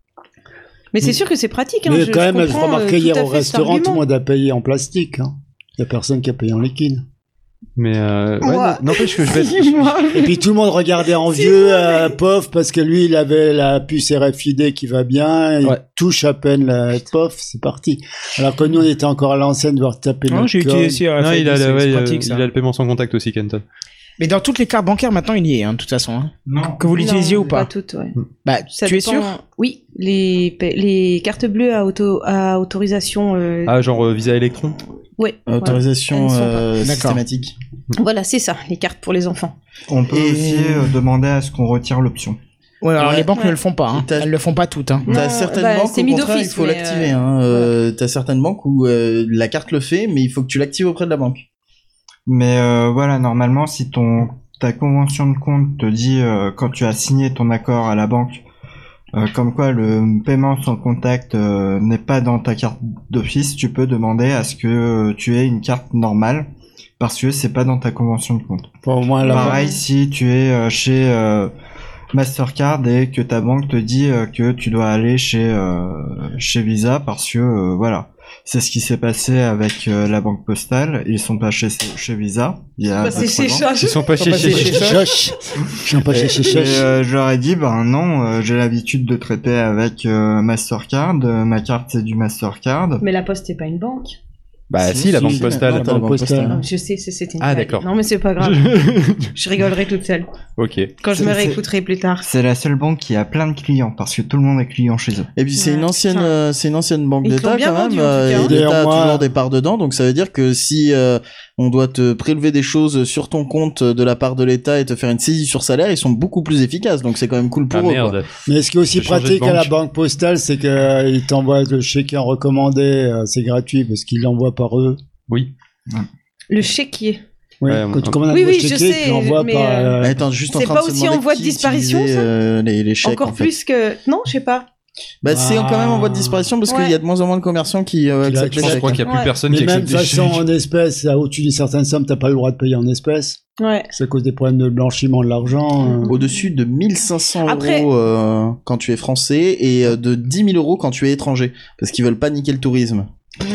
Mais c'est sûr que c'est pratique. Hein. Mais je, quand même, je comprends, remarquais euh, hier tout à au fait cet restaurant, tout le argument. monde a payé en plastique. Hein. Il y a personne qui a payé en liquide. Mais euh, ouais, Moi. non- n'empêche que je vais. Dis-moi. Et puis tout le monde regardait en vieux, euh, pauvre, parce que lui, il avait la puce R F I D qui va bien, il Ouais. touche à peine la pof, c'est parti. Alors que nous, on était encore à l'ancienne, devoir taper non, notre j'ai code. utilisé Non, il a, c'est le, ouais, c'est euh, pratique, ça. il a le paiement sans contact aussi, Kenton. Mais dans toutes les cartes bancaires, maintenant, il y est, hein, de toute façon. Hein. Non. Que vous l'utilisiez Non, ou pas, toutes, ouais. Bah, Ça tu es dépend- sûr Oui, les, pa- les cartes bleues à, auto, à autorisation. Euh... Ah, genre euh, Visa Electron. Ouais. Autorisation Elles sont pas- euh, D'accord. systématique. Voilà. Voilà, c'est ça, les cartes pour les enfants. On peut Et- aussi euh, demander à ce qu'on retire l'option. Ouais, alors Ouais. les banques Ouais. ne le font pas. Hein. Et t'as- Elles le font pas toutes. Hein. T'as Non, certaines bah, banques, c'est au mis contraire, il d'office, faut mais, l'activer. euh, Hein. Euh, T'as certaines banques où euh, la carte le fait, mais il faut que tu l'actives auprès de la banque. Mais euh, voilà, normalement, si ton ta convention de compte te dit euh, quand tu as signé ton accord à la banque, euh, comme quoi le paiement sans contact euh, n'est pas dans ta carte d'office, tu peux demander à ce que euh, tu aies une carte normale parce que c'est pas dans ta convention de compte. Bon, au moins, là, Pareil, si tu es euh, chez euh, Mastercard et que ta banque te dit euh, que tu dois aller chez euh, chez Visa parce que euh, voilà, c'est ce qui s'est passé avec euh, la banque postale. Ils sont pas chez chez Visa. Il y a Bah, deux, c'est trois chez ans. Charles. Ils sont pas chez passés chez chez chez- Choche. Je suis pas chez chez Et Choche. euh, je leur ai dit, ben non, euh, j'ai l'habitude de traiter avec euh, Mastercard. euh, ma carte c'est du Mastercard. Mais la poste, c'est pas une banque. Bah Si, si, la si, banque si, postale. non, t'as la banque postale. Non, je sais, c'est- c'était une Ah, blague. d'accord. Non, mais c'est pas grave. Je rigolerai toute seule. Ok. Quand je C'est- me c'est- réécouterai plus tard. C'est la seule banque qui a plein de clients parce que tout le monde est client chez eux. Et puis c'est Ouais, une ancienne, putain. euh, c'est une ancienne banque Ils te d'État l'ont bien quand vendu, même. en tout euh, cas, et hein. l'État a D'ailleurs, moi- toujours des parts dedans, donc ça veut dire que si euh, on doit te prélever des choses sur ton compte de la part de l'État et te faire une saisie sur salaire, ils sont beaucoup plus efficaces. Donc c'est quand même cool pour Ah eux. merde. quoi. Mais ce qui est aussi J'ai changé de pratique à la banque. banque postale, c'est qu'ils t'envoient le chéquier recommandé, euh, c'est gratuit parce qu'ils l'envoient par eux. Oui. Le chéquier. Oui, Ouais, quand tu on- commandes un Oui, gros oui, je chéquier, sais, tu l'envoies mais, par... euh, euh, Mais attends, juste en C'est train pas de se aussi demander en voie de qui disparition, utilisait, ça euh, les, les chèques. Encore en fait. plus que. Non, je sais pas. Bah c'est quand même en voie de disparition parce qu'il Ouais. y a de moins en moins de commerçants qui euh, Qui acceptent Je les pense- je crois chèques. qu'il y a plus Ouais. personne Mais qui même accepte de des toute façon, chèques. en espèces, à au-dessus d'une certaine somme, t'as pas le droit de payer en espèces. Ouais. C'est à cause des problèmes de blanchiment de l'argent. euh. Au-dessus de mille cinq cents Après- euros euh, quand tu es français et euh, de dix mille euros quand tu es étranger parce qu'ils veulent pas niquer le tourisme.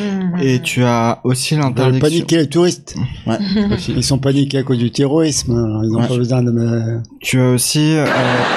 Et tu as aussi Ils veulent l'interdiction. paniquer les touristes. Aussi. Ils sont paniqués à cause du terrorisme. alors ils n'ont Ouais. pas besoin de... me- Tu as aussi euh,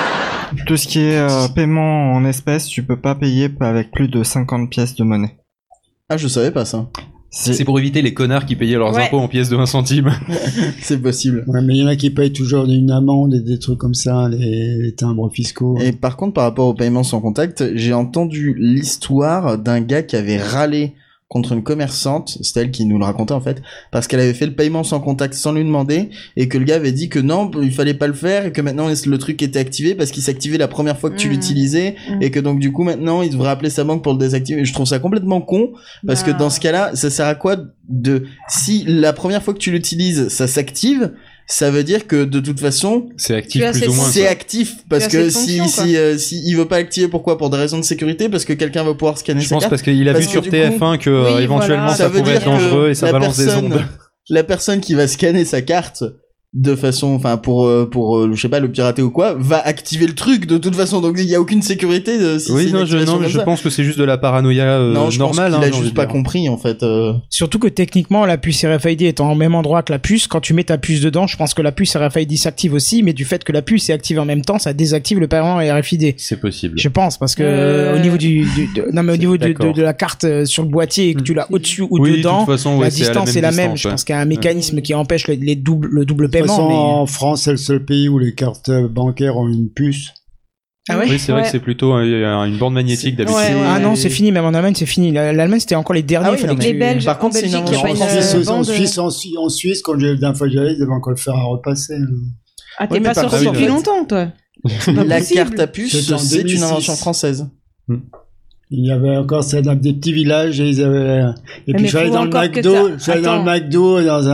tout ce qui est euh, paiement en espèces. Tu peux pas payer avec plus de cinquante pièces de monnaie. Ah je savais pas ça. C'est pour éviter les connards qui payaient leurs Ouais. impôts en pièces de vingt centimes. C'est possible. Ouais, mais il y en a qui payent toujours une amende et des trucs comme ça, les, les timbres fiscaux. Et par contre, par rapport au paiement sans contact, j'ai entendu l'histoire d'un gars qui avait râlé contre une commerçante, c'est elle qui nous le racontait en fait, parce qu'elle avait fait le paiement sans contact sans lui demander, et que le gars avait dit que non, il fallait pas le faire, et que maintenant le truc était activé parce qu'il s'activait la première fois que tu Mmh. l'utilisais, Mmh. et que donc du coup maintenant il devrait appeler sa banque pour le désactiver. Et je trouve ça complètement con, parce Bah. que dans ce cas-là, ça sert à quoi de, si la première fois que tu l'utilises, ça s'active, ça veut dire que de toute façon, C'est actif Tu as plus cette ou moins. c'est quoi. actif parce Tu as que cette si fonction, si euh, si il veut pas l'activer, pourquoi? Pour des raisons de sécurité, parce que quelqu'un va pouvoir scanner Je sa pense carte. parce qu'il a Parce vu que sur du T F un que euh, Oui, éventuellement voilà. ça, Ça veut pouvait dire être dangereux et ça la balance des personne- ondes. La personne qui va scanner sa carte de façon, enfin pour euh, pour euh, je sais pas le pirater ou quoi, va activer le truc de toute façon. Donc il y a aucune sécurité de, si c'est Oui, une non, je, activation non, mais comme je ça. pense que c'est juste de la paranoïa euh, non, je normale. pense qu'il hein, a j'ai envie juste de pas dire. compris en fait. euh. Surtout que techniquement, la puce R F I D étant au même endroit que la puce, quand tu mets ta puce dedans, je pense que la puce R F I D s'active aussi, mais du fait que la puce est active en même temps, ça désactive le paiement R F I D. C'est possible. Je pense, parce que Euh, au niveau du, du de- non mais au c'est- niveau de, de, d'accord. de la carte euh, sur le boîtier et que tu l'as au-dessus ou Oui, de dedans, toute façon, ouais, la c'est à distance même est la même. distance, Je ouais. pense qu'il y a un mécanisme qui empêche le, les doubles, le double C'est vraiment. façon, mais... en France, c'est le seul pays où les cartes bancaires ont une puce. Ah ouais. Oui, c'est vrai Ouais. que c'est plutôt un- une bande magnétique d'habitude. Ouais, ouais. Ah non, c'est fini. Même en Allemagne, c'est fini. La- L'Allemagne, c'était encore les derniers. Ah oui, fallait non, que Les tu- Belges, Par contre, en c'est une Belgique, il y a pas invention une En Suisse, euh, en bande- Suisse, en, Su- en Suisse, quand j'ai la dernière fois que j'y allais, ils devaient encore le faire à repasser. là. Ah, t'es Oui, mais pas par sorti contre, depuis ouais. longtemps, toi. C'est pas La possible. carte à puce, C'était en c'est deux mille une six. invention française. Il y avait encore ça dans des petits villages et ils avaient. Et Mais puis je suis allé faut dans le encore que McDo, t'as- je suis allé dans le Attends. McDo dans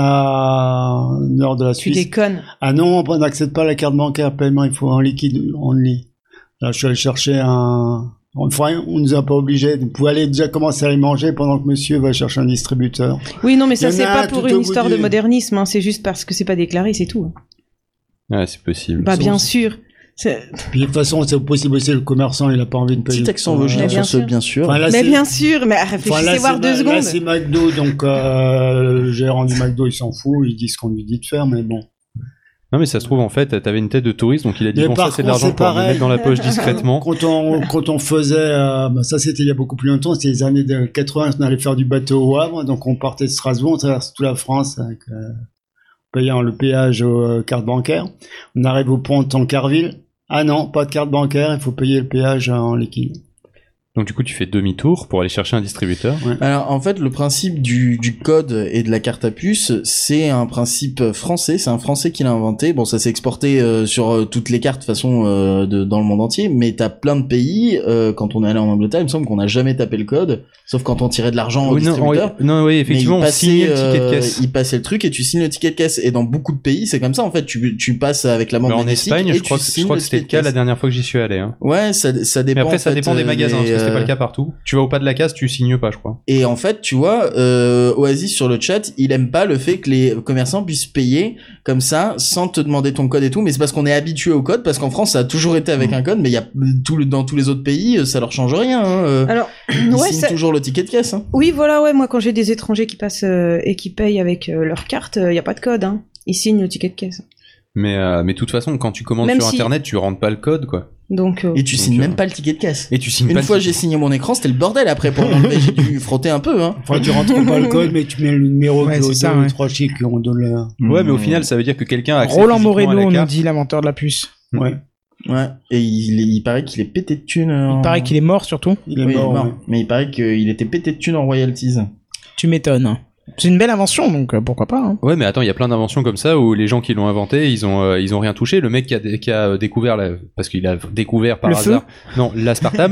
un nord de la Tu Suisse. déconnes. Ah non, on n'accepte pas la carte bancaire paiement, il faut en liquide, on lit. Là, je suis allé chercher un. Enfin, on nous a pas obligés. Vous pouvez aller déjà commencer à les manger pendant que monsieur va chercher un distributeur. Oui, non, mais Il y ça, en c'est a pas tout pour au une bout histoire du- de modernisme, hein. C'est juste parce que c'est pas déclaré, c'est tout. Ouais, c'est possible. Bah, bien sûr. C'est- Puis de toute façon, c'est possible aussi, le commerçant, il a pas envie de payer. Petit accent le- vosgien Mais bien sur ce, sûr. bien sûr. Enfin, là, Mais c'est- bien sûr, mais Enfin, réfléchissez là, voir c'est deux Ma- secondes. Là, c'est McDo, donc euh, le gérant du McDo, il s'en fout, il dit ce qu'on lui dit de faire, mais bon. Non, mais ça se trouve, en fait, t'avais une tête de touriste, donc il a dit, Mais bon, par ça, c'est de contre, l'argent c'est pour me pareil. mettre dans la poche discrètement. Quand on, quand on faisait, euh, bah, ça c'était il y a beaucoup plus longtemps, c'était les années de quatre-vingts, on allait faire du bateau au Havre, donc on partait de Strasbourg, on traverse toute la France avec, euh, payant le péage aux euh, cartes bancaires. On arrive au pont de Tancarville. Ah non, pas de carte bancaire, il faut payer le péage en liquide. Donc, du coup, tu fais demi-tour pour aller chercher un distributeur. Alors en fait le principe du, du code et de la carte à puce c'est un principe français, c'est un français qui l'a inventé. Bon ça s'est exporté euh, sur euh, toutes les cartes de façon euh, de, dans le monde entier, mais t'as plein de pays, euh, quand on est allé en Angleterre il me semble qu'on n'a jamais tapé le code, sauf quand on tirait de l'argent au Oui, non, distributeur. oui, non, oui, effectivement, Mais on il signait le passait, ticket de euh, caisse. il passait le truc et tu signes le ticket de caisse. Et dans beaucoup de pays, c'est comme ça en fait. Tu, tu passes avec la bande Mais en magnétique Espagne, et je tu crois que, je signes crois que c'était ticket le de cas la caisse. dernière fois que j'y suis allé. Hein. Ouais, ça, ça dépend. Mais après, en ça fait, dépend des euh, magasins, des, parce que c'était pas euh, le cas partout. Tu vas au pas de la case, tu signes pas, je crois. Et en fait, tu vois, euh, Oasis sur le chat, il aime pas le fait que les commerçants puissent payer comme ça sans te demander ton code et tout. Mais c'est parce qu'on est habitué au code, parce qu'en France, ça a toujours été avec un code, mais il y a tout le, dans tous les autres pays, ça leur change rien. Hein. euh. Alors, Ils ouais, signent ça- toujours le ticket de caisse. Hein. oui, voilà, ouais, moi, quand j'ai des étrangers qui passent euh, et qui payent avec euh, leur carte, il y a pas de code, hein. Ils signent le ticket de caisse. Mais, euh, mais de toute façon, quand tu commandes Même sur si- Internet, tu rentres pas le code, quoi. Donc, euh, Et tu Donc, signes euh, même pas le ticket de caisse. Et tu signes Une pas fois le j'ai signé mon écran, c'était le bordel après pour l'enlever, j'ai dû frotter un peu. Hein. Enfin, tu rentres pas le code, mais tu mets le numéro Ouais, que c'est deux ça, ou ouais. trois chiffres qu'on donne là. Ouais, mais au Mmh. final, ça veut dire que quelqu'un a accès Roland physiquement à Moreno la nous carte. dit l'inventeur de la puce. Ouais. Ouais. Et il, il paraît qu'il est pété de thunes. Il paraît qu'il est mort surtout. Il est Oui, mort. ouais. Mais il paraît qu'il était pété de thunes en royalties. Tu m'étonnes. C'est une belle invention, donc euh, pourquoi pas. Hein. Ouais, mais attends, il y a plein d'inventions comme ça où les gens qui l'ont inventé, ils ont euh, ils ont rien touché. Le mec qui a dé- qui a découvert la, parce qu'il a découvert par Le feu hasard, non, l'aspartame,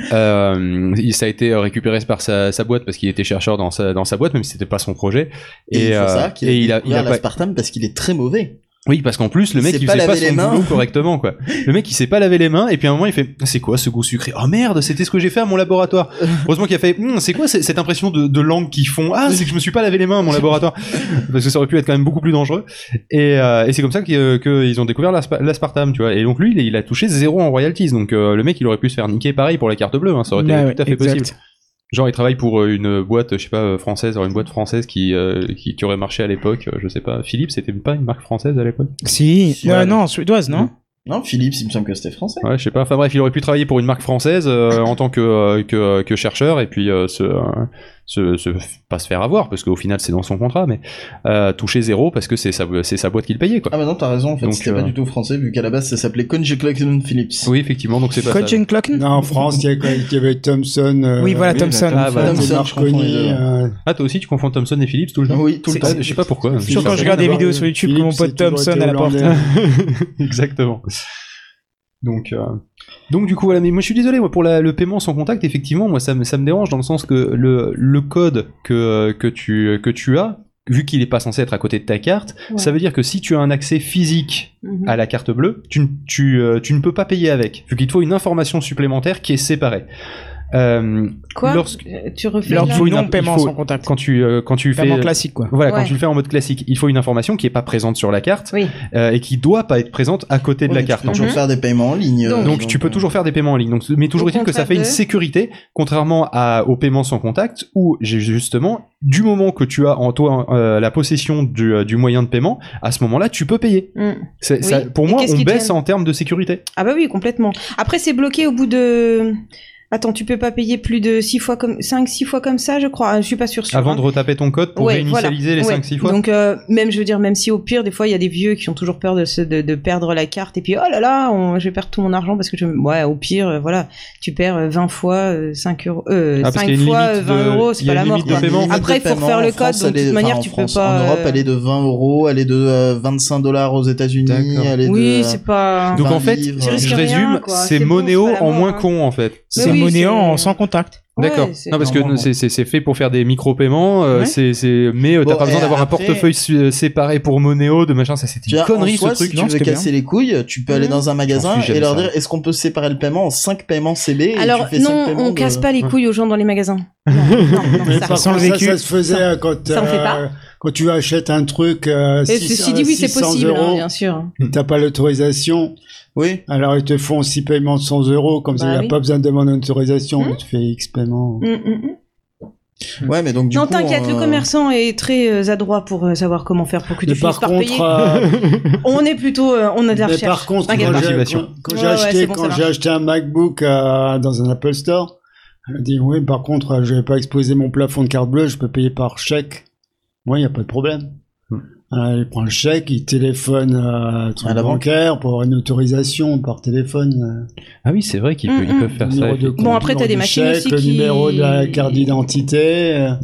euh, il- ça a été récupéré par sa, sa boîte parce qu'il était chercheur dans sa dans sa boîte, même si c'était pas son projet. Et, il faut euh, savoir qu'il a et il a il découvert a pas l'aspartame parce qu'il est très mauvais. Oui, parce qu'en plus, le Il mec, sait il pas faisait pas laver les son mains. boulot correctement, quoi. Le mec, il sait pas laver les mains, et puis à un moment, il fait, c'est quoi ce goût sucré? Oh merde, c'était ce que j'ai fait à mon laboratoire. Heureusement qu'il a fait, Hum, c'est quoi c- cette impression de, de langue qu'ils font? Ah, c'est que je me suis pas lavé les mains à mon laboratoire. Parce que ça aurait pu être quand même beaucoup plus dangereux. Et, euh, et c'est comme ça qu'ils qu'ils ont découvert l'aspa- l'aspartame, tu vois. Et donc lui, il, il a touché zéro en royalties. Donc euh, le mec, il aurait pu se faire niquer pareil pour la carte bleue, hein. Ça aurait été Ouais, tout à fait exact. possible. Genre, il travaille pour euh, une boîte, je sais pas, euh, française, alors une boîte française qui, euh, qui, qui aurait marché à l'époque, euh, je sais pas. Philips, c'était pas une marque française à l'époque? Si. Ouais. Euh, non, suédoise, non. Non, Philips, il me semble que c'était français. Ouais, je sais pas. Enfin bref, il aurait pu travailler pour une marque française euh, en tant que, euh, que que chercheur et puis euh, se, euh, se se pas se faire avoir parce qu'au final c'est dans son contrat, mais euh, toucher zéro parce que c'est sa c'est sa boîte qui le payait, quoi. Ah bah non, t'as raison, en fait, Donc, c'était euh, pas du tout français, vu qu'à la base ça s'appelait Conjecture Philips. Oui, effectivement. Donc c'est pas ça. Coaching Clock. Non, en France, il y, a quoi, il y avait Thomson. euh, Oui, voilà, oui, Thomson. Ah, voilà. Thomson, Thomson, je confonds les deux. Marconi. euh, Ah, toi aussi tu confonds Thomson et Philips tout le temps? Oui, tout le C'est- temps. Ah, je sais pas pourquoi. Surtout quand Ça je n'a regarde rien des à vidéos voir. sur YouTube, Philips, que mon pote c'est toujours Thomson été à la porte. hollandais. Exactement. Donc, euh, donc du coup voilà, mais moi je suis désolé, moi pour la, le paiement sans contact, effectivement, moi ça me ça me dérange dans le sens que le le code que que tu que tu as, vu qu'il est pas censé être à côté de ta carte, Ouais. ça veut dire que si tu as un accès physique Mhm. à la carte bleue, tu ne- tu euh, tu ne peux pas payer avec, vu qu'il te faut une information supplémentaire qui est séparée. Euh, Quoi lorsque- Euh, Tu refais Leur Il là faut une- non paiement il faut- sans contact. quand tu euh, quand tu fais Paiement classique, quoi. voilà, quand Ouais. tu le fais en mode classique, il faut une information qui est pas présente sur la carte Oui. euh, et qui doit pas être présente à côté de Ouais, la mais carte. Tu peux en toujours Mhm. faire des paiements en ligne. Donc- euh, Donc tu peux euh, toujours faire des paiements en ligne. Donc, mais toujours Au est-il que ça contraire fait une de- sécurité, contrairement à, au paiement sans contact, où j'ai justement, du moment que tu as en toi euh, la possession du, euh, du moyen de paiement, à ce moment-là, tu peux payer. Mm. C'est- Oui. ça- pour Et moi, qu'est-ce on qui te baisse gêne en termes de sécurité. Ah bah oui, complètement. Après, c'est bloqué au bout de... Attends, tu peux pas payer plus de six fois comme cinq six fois comme ça, je crois. Je suis pas sûre. Avant hein. de retaper ton code pour ouais, réinitialiser voilà. les ouais. cinq six fois. Donc euh, même je veux dire même si au pire des fois il y a des vieux qui ont toujours peur de se de, de perdre la carte et puis oh là là, on, je vais perdre tout mon argent parce que je ouais, au pire euh, voilà, tu perds euh, vingt fois euh, cinq euros euh, Ah, parce cinq qu'il y a une fois limite vingt de- euros, il c'est y a pas une la mort limite de quoi. paiement. Après il faut refaire le code donc de toute manière tu peux pas En Europe, euh, elle est de vingt euros, elle est de euh, vingt-cinq dollars aux États-Unis, D'accord. elle est Oui, de c'est pas Donc en fait, livres. Tu risques je rien, résume, quoi. c'est C'est bon, Monéo c'est pas la en mort, moins hein. con en fait. C'est oui, monnaie c'est- en sans contact. D'accord. Ouais, c'est- non parce que Normalement. c'est c'est c'est fait pour faire des micro-paiements. euh, Ouais. c'est c'est mais euh, t'as Bon, pas besoin et d'avoir après- un portefeuille su- séparé pour Monéo de machin. Ça c'était Tu une vois, connerie en soi, ce truc. si non, tu veux c'était casser les couilles, tu peux aller Mhm. dans un magasin J'en suis et jamais leur ça. dire est-ce qu'on peut séparer le paiement en cinq paiements C B et Alors tu fais cinq non, paiements on de- casse pas les Ouais. couilles aux gens dans les magasins. Non, non, non, Mais ça. par sent le contre, ça, vécu. ça se faisait Ça- quand, ça, on fait euh, pas. quand tu achètes un truc, euh, Et six- ceci dit, oui, c'est six cents possible, hein, euros, bien sûr. t'as pas l'autorisation, Oui. alors ils te font six paiements de cent euros, comme ça, Bah il n'y a oui. pas besoin de demander une autorisation, Hmm. mais tu fais X paiements. Mm, mm, mm. Ouais, mais donc du Non, coup. t'inquiète, euh, le commerçant est très euh, adroit pour euh, savoir comment faire pour que tu Mais finisses par par contre, payer. euh, On est plutôt, euh, on a de la mais recherche. par contre, T'inquiète quand pas. j'ai, Motivation. quand, quand Ouais, j'ai ouais, acheté, c'est bon, ça quand marche. j'ai acheté un MacBook euh, dans un Apple Store, elle a dit oui, par contre, euh, je vais pas exposer mon plafond de carte bleue, je peux payer par chèque. Oui, il y a pas de problème. Hmm. Euh, il prend le chèque, il téléphone euh, à son À la banque. bancaire pour avoir une autorisation par téléphone. Ah oui, c'est vrai qu'ils Mm, peuvent, ils mm. peuvent faire le ça. numéro de effectivement. Bon, après, compte, t'as des le machines chèque, aussi le qui- numéro de la carte d'identité. euh.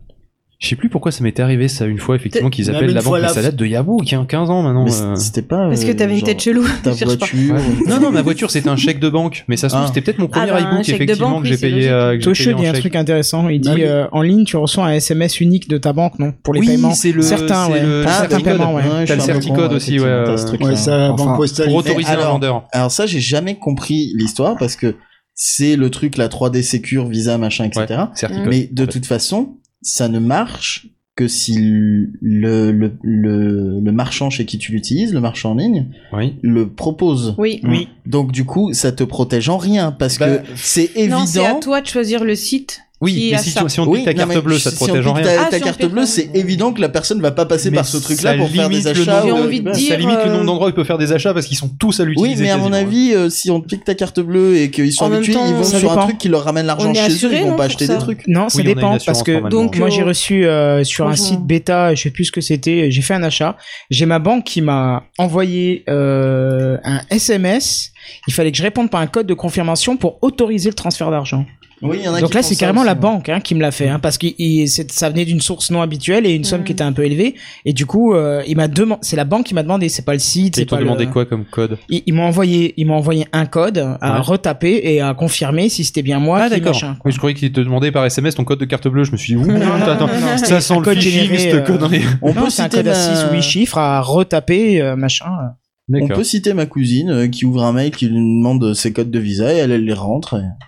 Je sais plus pourquoi ça m'était arrivé ça une fois effectivement qu'ils Même appellent une la banque, fois mais la- ça date de Yahoo qui a quinze ans maintenant. Mais euh. c'était pas. Parce que euh, t'avais une genre, tête chelou. Ta Je cherche pas. voiture. Ouais. Non non, ma voiture c'était un chèque de banque, mais ça se trouve Ah. c'était peut-être mon premier Ah bah, un iBook chèque de effectivement banque, que oui, j'ai c'est payé. euh, que j'ai Toche, payé il y a en un chèque. truc intéressant. Il Bah dit oui. euh, en ligne, tu reçois un S M S unique de ta banque, non, pour les Oui, paiements. c'est le- certains, c'est ouais. le- Pour Ah, certains d'accord. paiements, ouais. Ouais, je T'as le suis un peu certicode con, aussi, effectivement, ouais, t'as ce euh, truc-là. Ouais, ça, la Enfin, banque postale. Pour il fait- autoriser alors- le vendeur. Alors ça, j'ai jamais compris l'histoire parce que c'est le truc, la trois D Secure, Visa, machin, et cetera. Certicode. Mais de toute façon, ça ne marche que si le, le, le, le marchand chez qui tu l'utilises, le marchand en ligne, Oui. le propose. Oui. Oui. Donc du coup, ça te protège en rien parce Bah, que c'est évident. Non, c'est à toi de choisir le site. Oui, qui mais a si, ça. tu- si on te Oui, pique ta non, carte mais bleue, ça te si on protège en pique rien. Ta, Ah, ta si on carte pique bleue, la- c'est évident que la personne va pas passer Mais par ce truc-là ça pour faire des limite le achats. J'ai nombre ou- de- envie de bah, dire, Ça limite le euh, nombre d'endroits où il peut faire des achats parce qu'ils sont tous à Oui, l'utiliser. mais à mon quasiment. avis, euh, si on te pique ta carte bleue et qu'ils sont En même habitués, temps, ils vont ça sur un dépend. truc qui leur ramène l'argent On est chez eux, assuré, ils non, vont pas pour acheter ça des trucs. Non, ça Oui, on a une dépend assurance parce que normalement. donc moi Donc, j'ai euh, reçu euh, sur un franchement. site bêta, je sais plus ce que c'était, j'ai fait un achat, j'ai ma banque qui m'a envoyé euh, un S M S, il fallait que je réponde par un code de confirmation pour autoriser le transfert d'argent. Oui, il y en a Donc qui là font c'est ça carrément aussi, la ouais. banque hein, qui me l'a fait hein, parce que il- c'est- ça venait d'une source non habituelle et une somme Mhm. qui était un peu élevée et du coup euh, il m'a demandé, c'est la banque qui m'a demandé, c'est pas le site, Et c'est ils t'ont pas le- demandé quoi comme code? Ils, ils m'ont envoyé, ils m'ont envoyé un code à Ouais. retaper et à confirmer si c'était bien moi Ah qui d'accord. machin. quoi. Oui, je croyais qu'ils te demandaient par S M S ton code de carte bleue. Je me suis dit, ouh, Non, non, attends, non, non, non, ça c'était sent un le code phishing, généré, cette euh, connerie. On Non, peut c'est un citer code à ma... six ou huit chiffres à retaper euh, machin. On D'accord. peut citer ma cousine euh, qui ouvre un mail qui lui demande ses codes de visa et elle, elle les rentre. et-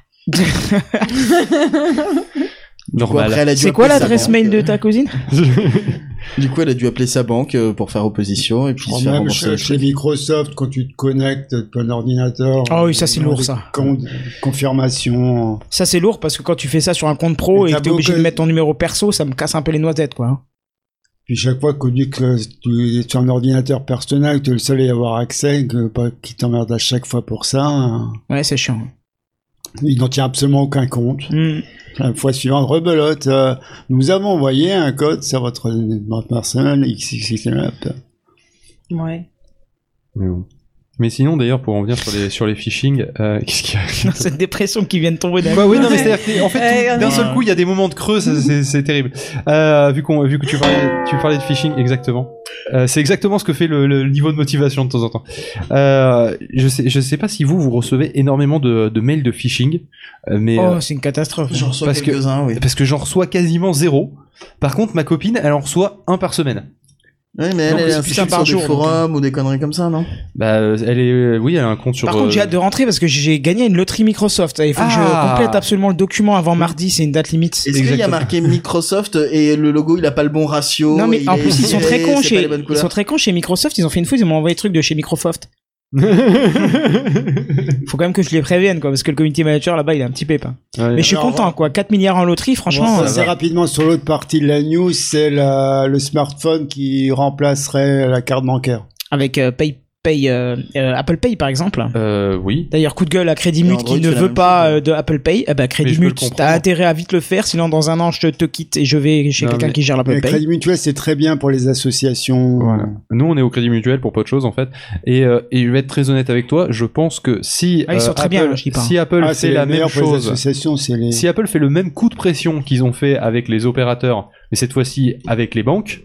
Du coup, Normal. après, elle a dû C'est quoi appeler sa l'adresse banque. mail de ta cousine? Du coup, elle a dû appeler sa banque euh, pour faire opposition et puis Je crois se faire même rembourser chez, le chez truc. Microsoft, quand tu te connectes de ton ordinateur. Ah oui, ça, c'est euh, lourd, des ça. con- confirmation. Ça c'est lourd parce que quand tu fais ça sur un compte pro Et et t'as que t'es obligé beau de que- mettre ton numéro perso, ça me casse un peu les noisettes quoi. hein. Puis chaque fois qu'on dit que tu es sur un ordinateur personnel, que tu es le seul à y avoir accès, que pas qui t'emmerde à chaque fois pour ça, hein. Ouais, c'est chiant. Il n'en tient absolument aucun compte. Hmm. La fois suivante, rebelote, euh, nous avons envoyé un code sur votre ordinateur personnel, X X X. Ouais. Mais bon. Mais sinon, d'ailleurs, pour en revenir sur les, sur les phishing, euh, qu'est-ce qu'il y a? Cette dépression qui vient de tomber d'un Bah coup. oui, non, mais c'est-à-dire qu'en fait, Ouais, tout- on d'un est- seul coup, il y a des moments de creux, ça, c'est, c'est terrible. Euh, vu qu'on, vu que tu parlais, tu parlais de phishing, exactement. Euh, c'est exactement ce que fait le, le niveau de motivation de temps en temps. Euh, je sais, je sais pas si vous, vous recevez énormément de, de mails de phishing, euh, mais, Oh, euh, c'est une catastrophe. J'en reçois parce que- quelques-uns, oui. parce que j'en reçois quasiment zéro. Par contre, ma copine, elle en reçoit un par semaine. Oui, mais elle, Donc, elle est c'est inscrite putain par sur des jour, donc. forums ou des conneries comme ça, non? Bah, euh, elle est, euh, oui, elle a un compte sur. Par contre, euh, j'ai hâte de rentrer parce que j'ai gagné une loterie Microsoft. Il faut que Ah. je complète absolument le document avant mardi, c'est une date limite. Est-ce qu'il y a Exactement. marqué Microsoft et le logo il a pas le bon ratio? Non mais il en est plus ils sont très tiré, cons c'est pas chez les bonnes ils couleurs. sont très cons chez Microsoft, ils ont fait une fois ils m'ont envoyé des trucs de chez Microsoft. Faut quand même que je les prévienne quoi parce que le community manager là-bas il est un petit pépin. Ouais. Mais je suis Alors, content quoi, quatre milliards en loterie On franchement. va euh, passer rapidement sur l'autre partie de la news, c'est la- le smartphone qui remplacerait la carte bancaire. avec euh, Pay Pay, euh, euh, Apple Pay par exemple. Euh, oui. D'ailleurs, coup de gueule à Credimut Android qui ne fait la veut même pas chose. euh, de Apple Pay. Eh ben, Mais je peux le Credimut, comprendre. t'as intérêt à vite le faire, sinon dans un an je te, te quitte et je vais chez Non, quelqu'un mais- qui gère l'Apple Le Pay. Crédit Mutuel, c'est très bien pour les associations. Voilà. Nous, on est au Crédit Mutuel pour peu de choses en fait. Et, euh, et je vais être très honnête avec toi. Je pense que si Ah, ils sont euh, très Apple, bien, je dis pas. si Apple Ah, fait c'est la les même meilleurs pour les chose, associations, c'est les. si Apple fait le même coup de pression qu'ils ont fait avec les opérateurs, mais cette fois-ci avec les banques,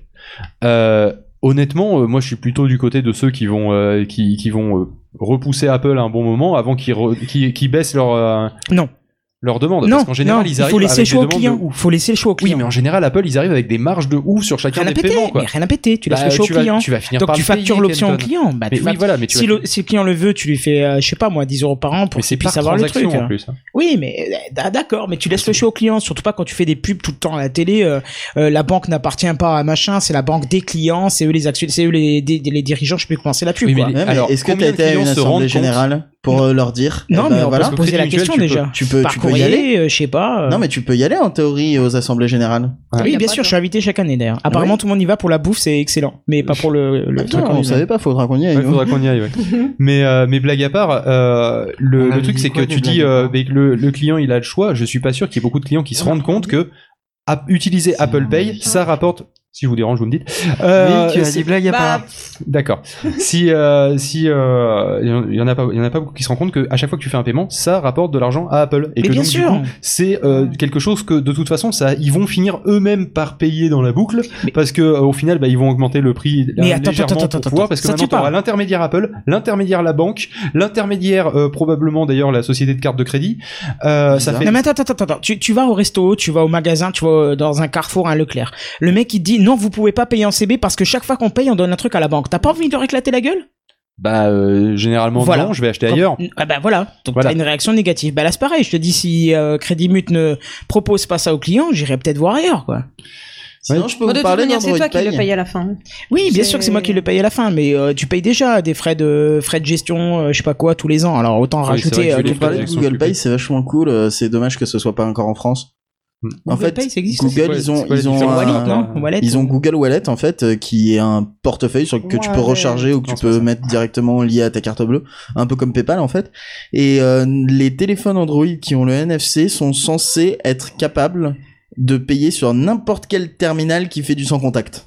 euh, honnêtement, euh, moi, je suis plutôt du côté de ceux qui vont euh, qui, qui vont euh, repousser Apple à un bon moment avant qu'ils re- qu'ils qu'ils baissent leur euh, Non. leur demande. Non, Parce qu'en général, non, ils il arrivent faut laisser avec le choix des au demandes client. de ouf. Faut laisser le choix au Oui, client. mais en général, Apple, ils arrivent avec des marges de ouf sur chacun Rien à des péter, paiements, quoi. mais rien à péter. Tu laisses Bah, le choix tu au vas- client. tu vas finir Donc par tu le payer, factures l'option au Kenton. client. Bah, Mais tu oui, vas- voilà, mais tu si, vas- le, si le client le veut, tu lui fais, euh, je sais pas moi, dix euros par an pour Mais qu'il c'est puisse par avoir le transaction truc. en plus. hein. Oui, mais euh, d'accord, mais tu laisses le choix au client, surtout pas quand tu fais des pubs tout le temps à la télé. Euh, euh, la banque n'appartient pas à machin, c'est la banque des clients, c'est eux les actionnaires, c'est eux les, des- les dirigeants. Je peux commencer la pub. Oui, mais quoi. les- Ouais, mais Alors, est-ce que combien t'as de été à clients une se rendent assemblée compte générale pour euh, leur dire Non, eh mais ben, on voilà. peut se poser la Crédit question Mutuel, tu déjà. peux- tu peux, Par tu peux y courrier, aller. euh, je sais pas. euh. Non, mais tu peux y aller en théorie aux assemblées générales. Oui, y a bien pas sûr, de- je suis invité chaque année d'ailleurs. Apparemment, oui. tout le monde y va pour la bouffe, c'est excellent, mais pas pour le, le Bah, truc. toi, en on lui-même. savait pas, faudra qu'on y aille. Ouais, nous. faudra qu'on y aille, ouais. mais, euh, mais blague à part, euh, le, On le avait truc dit c'est que quoi, tu des dis blagues à euh, part mais que le, le client il a le choix. Je suis pas sûr qu'il y ait beaucoup de clients qui se rendent compte que à, utiliser Apple Pay, ça rapporte. Si je vous dérange, vous me dites. Euh, Oui, tu as c'est- dit blague à Bah, part. D'accord. Si euh, si euh, il y en a pas il y en a pas beaucoup qui se rendent compte que à chaque fois que tu fais un paiement, ça rapporte de l'argent à Apple et Mais que bien donc sûr. du coup c'est euh, quelque chose que de toute façon ça ils vont finir eux-mêmes par payer dans la boucle Mais- parce que euh, au final bah, ils vont augmenter le prix Mais euh, attends, légèrement attends, pour attends, pouvoir attends. parce que Ça, maintenant tu tu auras parles. l'intermédiaire Apple, l'intermédiaire la banque, l'intermédiaire euh, probablement d'ailleurs la société de carte de crédit. Euh, ça Bizarre. fait Non mais attends, attends, attends, attends. Tu, tu vas au resto, tu vas au magasin, tu vas dans un Carrefour, un Leclerc. Le mec il te dit non, vous pouvez pas payer en C B parce que chaque fois qu'on paye, on donne un truc à la banque. T'as pas envie de leur éclater la gueule? bah euh, généralement Voilà. non, je vais acheter Comme- ailleurs. Ah bah voilà. Donc Voilà. t'as une réaction négative. Bah là c'est pareil. Je te dis si euh, Credimut ne propose pas ça aux clients, j'irai peut-être voir ailleurs quoi. Sinon, je peux Bon, vous de toute parler manière, c'est d'Android toi qui le Pay. paye à la fin. Oui, bien C'est- sûr que c'est moi qui le paye à la fin, mais euh, tu payes déjà des frais de frais de gestion, euh, je sais pas quoi, tous les ans. Alors autant Oui, c'est vrai rajouter que euh, tu Pour les tout- frais de parler de gestion Google Pay, publique. c'est vachement cool. euh, C'est dommage que ce soit pas encore en France. En Google fait, Pay, ça existe aussi. Google, Ouais, ils ont, c'est quoi la ils ont, différence Wallet, un- non Wallet. ils ont Google Wallet en fait, euh, qui est un portefeuille sur que tu peux Ouais. recharger ou que Non, tu c'est pas peux ça. mettre directement lié à ta carte bleue, un peu comme PayPal en fait. Et euh, les téléphones Android qui ont le N F C sont censés être capables de payer sur n'importe quel terminal qui fait du sans contact.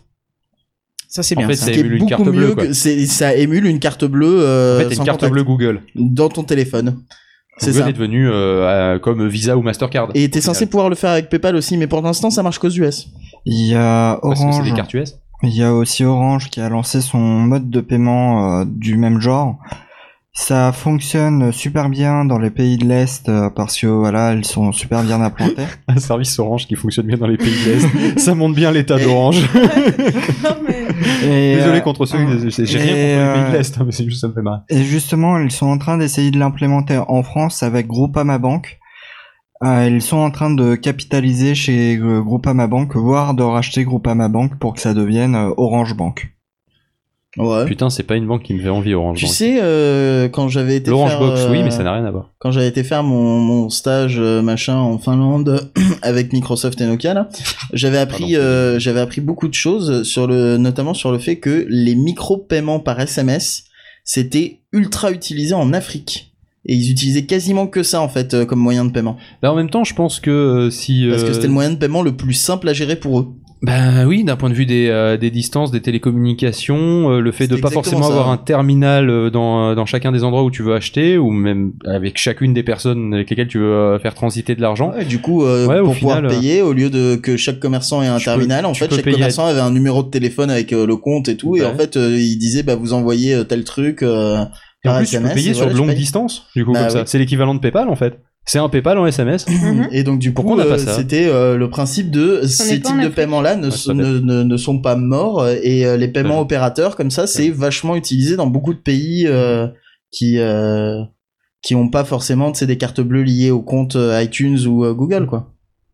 Ça c'est En bien. fait, ça. c'est Ce qui est émule une beaucoup carte mieux bleue, quoi. que c'est ça émule une carte bleue euh, En fait, t'as sans une carte contact bleue Google. dans ton téléphone. C'est Google ça. est devenu euh, euh, comme Visa ou Mastercard. Et t'es au censé final. pouvoir le faire avec PayPal aussi, mais pour l'instant ça marche qu'aux U S. Il y a Parce que c'est Orange. des cartes U S. Il y a aussi Orange qui a lancé son mode de paiement euh, du même genre. Ça fonctionne super bien dans les pays de l'Est euh, parce que voilà, ils sont super bien implantés. Un service Orange qui fonctionne bien dans les pays de l'Est. Ça montre bien l'état d'Orange. Non, mais... Et, Désolé euh, contre ceux, j'ai j'ai et, rien contre les pays euh, de l'Est, hein, mais c'est juste ça me fait marrer. Et justement, ils sont en train d'essayer de l'implémenter en France avec Groupama Bank. Euh, ils sont en train de capitaliser chez euh, Groupama Bank, voire de racheter Groupama Bank pour que ça devienne euh, Orange Bank. Ouais. Putain, c'est pas une banque qui me fait envie, Orange Tu Bank. sais, euh, quand j'avais été L'Orange faire, Box, euh, oui, mais ça n'a rien à voir. quand j'avais été faire mon, mon stage euh, machin en Finlande avec Microsoft et Nokia, là, j'avais appris, Pardon. euh, j'avais appris beaucoup de choses sur le, notamment sur le fait que les micro-paiements par S M S, c'était ultra utilisé en Afrique. Et ils utilisaient quasiment que ça, en fait, euh, comme moyen de paiement. Bah, en même temps, je pense que euh, si... Parce que euh, c'était le moyen de paiement le plus simple à gérer pour eux. Bah oui, d'un point de vue des, euh, des distances, des télécommunications, euh, le fait de C'est pas exactement forcément ça. avoir un terminal euh, dans, dans chacun des endroits où tu veux acheter, ou même avec chacune des personnes avec lesquelles tu veux euh, faire transiter de l'argent. Ouais, du coup, euh, Ouais, au pour final, pouvoir payer, au lieu de que chaque commerçant ait un tu terminal, peux- en tu fait, peux chaque payer à- commerçant avait un numéro de téléphone avec euh, le compte et tout, et Ouais. en fait, euh, il disait, bah, vous envoyez euh, tel truc euh, Et en par plus, tu S M S. peux payer et sur voilà, de tu longues payes. distances, du coup, Bah comme ça. oui. C'est l'équivalent de PayPal, en fait. C'est un PayPal en S M S. Mhm. Et donc du Pourquoi coup, on n'a pas euh, ça c'était euh, le principe de ces pas en types de Afrique. paiements-là ne, Ouais, sont- ça ne, ne, ne sont pas morts euh, et euh, les paiements Ouais. opérateurs comme ça, c'est vachement utilisé dans beaucoup de pays euh, qui euh, qui ont pas forcément tu sais, des cartes bleues liées au compte euh, iTunes ou euh, Google quoi.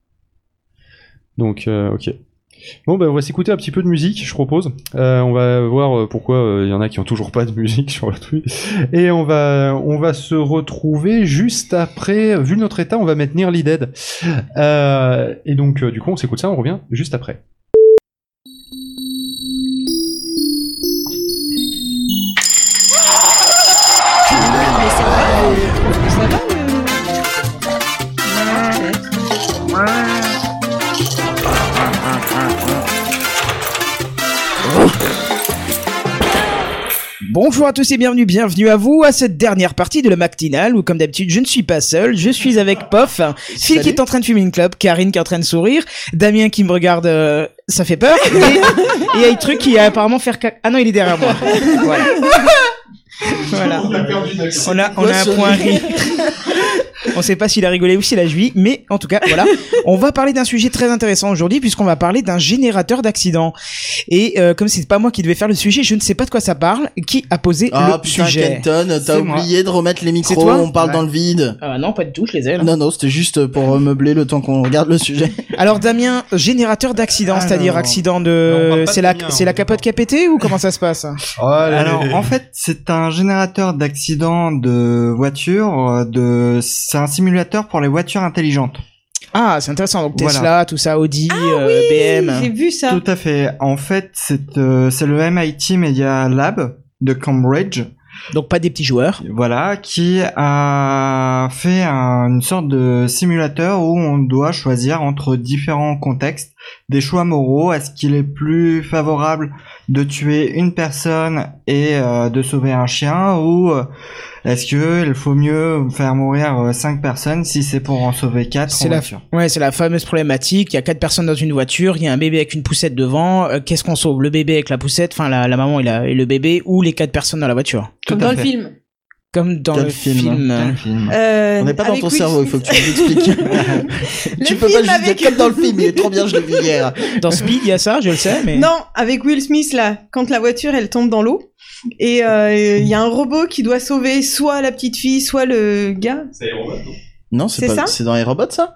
Donc, euh, ok. Bon, bah, on va s'écouter un petit peu de musique, je propose. Euh, on va voir euh, pourquoi il y en a qui ont toujours pas de musique sur le truc. Et on va, on va se retrouver juste après. Vu notre état, on va mettre Nearly Dead. Euh, et donc, euh, du coup, on s'écoute ça, on revient juste après. Bonjour à tous et bienvenue, bienvenue à vous à cette dernière partie de la matinale où comme d'habitude je ne suis pas seul, je suis avec Pof, Phil qui est en train de fumer une clope, Karine qui est en train de sourire, Damien qui me regarde, euh, ça fait peur, et, et Aitruc qui a apparemment faire caca. Ah non, il est derrière moi. Voilà. Voilà. On a, on a un point rire. On sait pas s'il a rigolé ou s'il a joui, mais en tout cas, voilà. On va parler d'un sujet très intéressant aujourd'hui puisqu'on va parler d'un générateur d'accidents. Et euh, comme c'est pas moi qui devais faire le sujet, je ne sais pas de quoi ça parle. Qui a posé ah, le putain, sujet? Kenton, t'as C'est oublié moi. de remettre les micros, toi on parle ouais. dans le vide. Ah non, pas du tout, je les ai là. Non, non, c'était juste pour meubler le temps qu'on regarde le sujet. Alors Damien, générateur d'accidents, Alors... c'est-à-dire accident Non, on de... parle pas C'est de la, Damien, c'est on la parle capote pas. qui a pété ou comment ça se passe? Oh, allez. Alors en fait, c'est un générateur d'accidents de voitures, euh, de c'est un simulateur pour les voitures intelligentes. Ah, c'est intéressant. Donc Tesla, Voilà. tout ça, Audi, Ah euh, oui, B M. j'ai vu ça. Tout à fait. En fait, c'est euh, c'est le M I T Media Lab de Cambridge, Donc pas des petits joueurs. voilà, qui a fait un- une sorte de simulateur où on doit choisir entre différents contextes des choix moraux. Est-ce qu'il est plus favorable de tuer une personne et euh, de sauver un chien, ou euh, est-ce que il faut mieux faire mourir euh, cinq personnes si c'est pour en sauver quatre C'est en la, voiture. ouais, c'est la fameuse problématique. Il y a quatre personnes dans une voiture, il y a un bébé avec une poussette devant. Euh, qu'est-ce qu'on sauve? Le bébé avec la poussette, enfin la, la maman et, la, et le bébé, ou les quatre personnes dans la voiture? Comme Tout à dans le fait. film. Comme dans Quel le film, film. Dans le film. Euh, On n'est pas dans avec ton Will cerveau, il faut Smith. que tu nous expliques. Tu Le peux pas film juste avec- dire comme dans le film, il est trop bien, je l'ai vu hier. Dans Speed, il y a ça, je le sais, mais... Non, avec Will Smith là, quand la voiture elle tombe dans l'eau et euh, il y a un robot qui doit sauver soit la petite fille, soit le gars. Non, c'est C'est pas, ça c'est dans les robots, ça?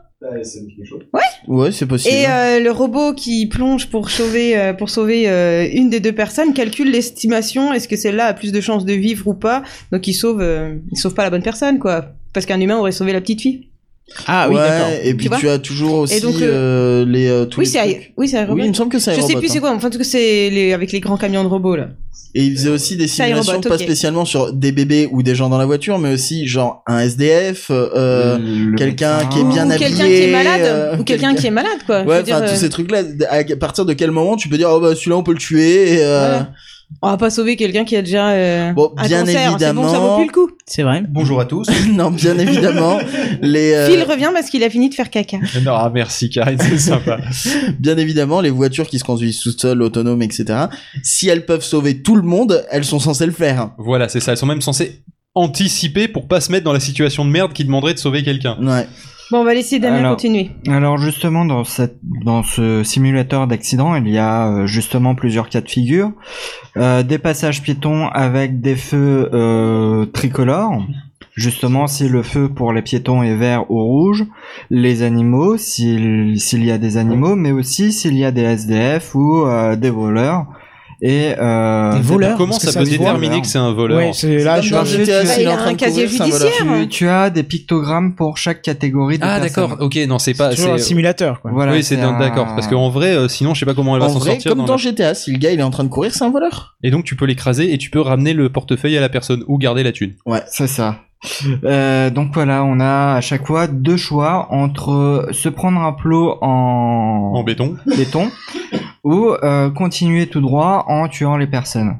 Ouais, c'est possible. Et euh, le robot qui plonge pour sauver euh, pour sauver euh, une des deux personnes calcule l'estimation. Est-ce que celle-là a plus de chances de vivre ou pas? Donc il sauve euh, il sauve pas la bonne personne quoi, parce qu'un humain aurait sauvé la petite fille. Ah oui, ouais, d'accord. et puis Tu tu, vois as toujours aussi Et donc, euh, les euh, tous Oui les c'est trucs. oui c'est Oui, il me semble que c'est Je sais iRobot, plus c'est hein. quoi. Enfin en tout cas c'est les avec les grands camions de robots là. Et il faisait aussi des C'est simulations, iRobot, pas ok. spécialement sur des bébés ou des gens dans la voiture, mais aussi genre un S D F, euh, Le quelqu'un médecin. qui est bien ou habillé, quelqu'un qui est malade euh, ou quelqu'un qui est malade quoi. Je Ouais, veux dire, enfin tous euh, ces trucs-là. À partir de quel moment tu peux dire oh bah celui-là on peut le tuer et, euh, Voilà. On va pas sauver quelqu'un qui a déjà euh, Bon, un bien cancer, évidemment. c'est bon, ça vaut plus le coup. C'est vrai. Bonjour à tous. non, bien évidemment, les euh, Phil revient parce qu'il a fini de faire caca. non, ah, merci Karine, c'est sympa. bien évidemment, les voitures qui se conduisent toutes seules, autonomes, et cetera. Si elles peuvent sauver tout le monde, elles sont censées le faire. Voilà, c'est ça. Elles sont même censées anticiper pour pas se mettre dans la situation de merde qui demanderait de sauver quelqu'un. Ouais. Bon, on va laisser Damien Alors, continuer. Alors justement dans cette dans ce simulateur d'accident, il y a euh, justement plusieurs cas de figure. Euh, des passages piétons avec des feux euh, tricolores. Justement, si le feu pour les piétons est vert ou rouge, les animaux, s'il s'il y a des animaux, mais aussi s'il y a des S D F ou euh, des voleurs. Et euh, Des voleurs. Comment Parce que ça peut se voit. déterminer que c'est un voleur? Ouais, c'est là, Comme je... dans G T A, Bah, s'il il est en a train un de casier courir, c'est un voleur. judiciaire. tu, tu as des pictogrammes pour chaque catégorie de Ah personnes. d'accord, ok, non c'est pas... toujours un c'est- simulateur, quoi. Voilà, oui, c'est un- d'accord, parce qu'en vrai, euh, sinon je sais pas comment elle va En s'en vrai, sortir. comme dans dans la- G T A, si le gars il est en train de courir, c'est un voleur. Et donc tu peux l'écraser et tu peux ramener le portefeuille à la personne ou garder la thune. Ouais. C'est ça. Euh, donc voilà, on a à chaque fois deux choix entre se prendre un plot en, En béton. béton ou euh, continuer tout droit en tuant les personnes.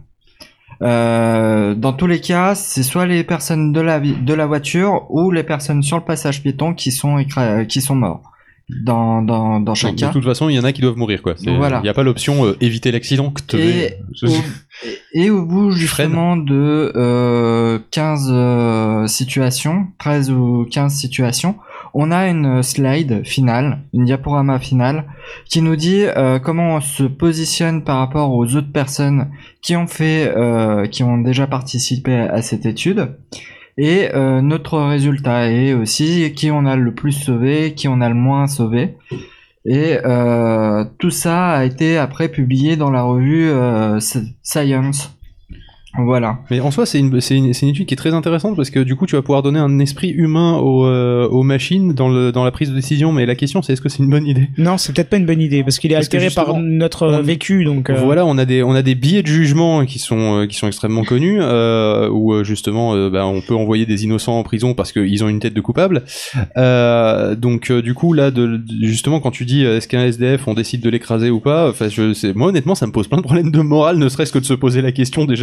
Euh, dans tous les cas, c'est soit les personnes de la vi- de la voiture ou les personnes sur le passage piéton qui sont écra- qui sont morts. Dans dans dans chaque De cas. toute façon, il y en a qui doivent mourir, quoi. Il Voilà. n'y a pas l'option euh, éviter l'accident. que te- Et Je- au, et au bout Je freine. justement de euh, quinze euh, situations, treize ou quinze situations, on a une slide finale, une diaporama finale, qui nous dit euh, comment on se positionne par rapport aux autres personnes qui ont fait, euh, qui ont déjà participé à cette étude. Et euh, notre résultat est aussi qui on a le plus sauvé, qui on a le moins sauvé. Et euh, tout ça a été après publié dans la revue euh, Science. Voilà. Mais en soi, c'est une, c'est une, c'est une étude qui est très intéressante parce que du coup, tu vas pouvoir donner un esprit humain aux, euh, aux machines dans, le, dans la prise de décision. Mais la question, c'est est-ce que c'est une bonne idée? Non, c'est peut-être pas une bonne idée parce qu'il est Parce que altéré par justement, notre on- vécu, donc. euh, Voilà, on a des on a des biais de jugement qui sont euh, qui sont extrêmement connus euh, où euh, justement euh, bah, on peut envoyer des innocents en prison parce qu'ils ont une tête de coupable. Euh, donc euh, du coup là de, de- justement quand tu dis euh, est-ce qu'un S D F on décide de l'écraser ou pas, enfin je sais moi honnêtement ça me pose plein de problèmes de morale, ne serait-ce que de se poser la question déjà à l'origine.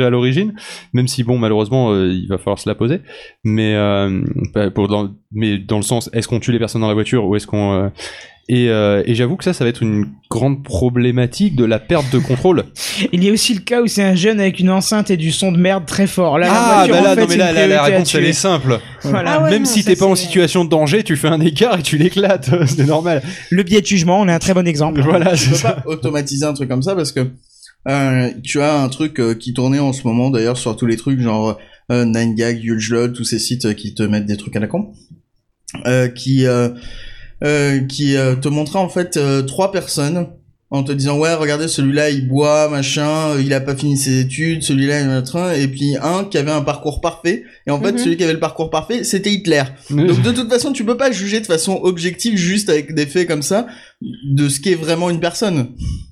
j'imagine. Même si bon, malheureusement, euh, il va falloir se la poser. Mais euh, pour dans, mais dans le sens, est-ce qu'on tue les personnes dans la voiture ou est-ce qu'on euh, Et, euh, et j'avoue que ça, ça va être une grande problématique de la perte de contrôle. Il y a aussi le cas où c'est un jeune avec une enceinte et du son de merde très fort. Là, ah, la voiture, bah là, en fait, non, mais c'est là, une la, la priorité à réponse, elle tuer. est simple. Voilà. Ah ouais, Même non, si ça, t'es pas en c'est- situation de danger, tu fais un écart et tu l'éclates. C'est normal. Le biais de jugement, on a un très bon exemple. Voilà, Tu c'est peux ça. pas automatiser un truc comme ça parce que euh, tu as un truc euh, qui tournait en ce moment d'ailleurs sur tous les trucs genre euh, nine gag, Ugelol, tous ces sites euh, qui te mettent des trucs à la con, euh, qui euh, euh, qui euh, te montraient en fait euh, trois personnes en te disant ouais regardez celui-là il boit machin, euh, il a pas fini ses études, celui-là il est en train et puis un qui avait un parcours parfait et en fait Mhm. celui qui avait le parcours parfait c'était Hitler. Donc de toute façon, tu peux pas juger de façon objective juste avec des faits comme ça de ce qu'est vraiment une personne.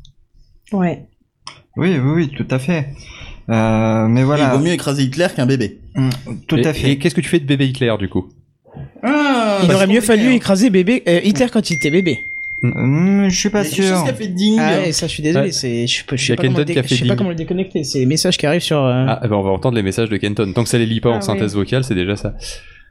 Ouais. Oui, oui, oui, tout à fait. Euh, mais voilà. Il vaut mieux écraser Hitler qu'un bébé. Mm, tout et, à fait. Et qu'est-ce que tu fais de bébé Hitler du coup? Ah, Il bah, aurait c'est mieux compliqué, fallu hein. écraser bébé euh, Hitler quand il était bébé. Mm, je suis pas Il y a quelque chose sûr. qui a fait ding. Ah ouais, ça je suis désolé, Ouais. c'est je, peux- je Il y sais a pas comment Kenton le qui a dé- fait je sais pas ding. comment le déconnecter, c'est les messages qui arrivent sur euh, Ah, eh ben on va entendre les messages de Kenton. Tant que ça les lit pas Ah, en synthèse vocale, c'est déjà ça.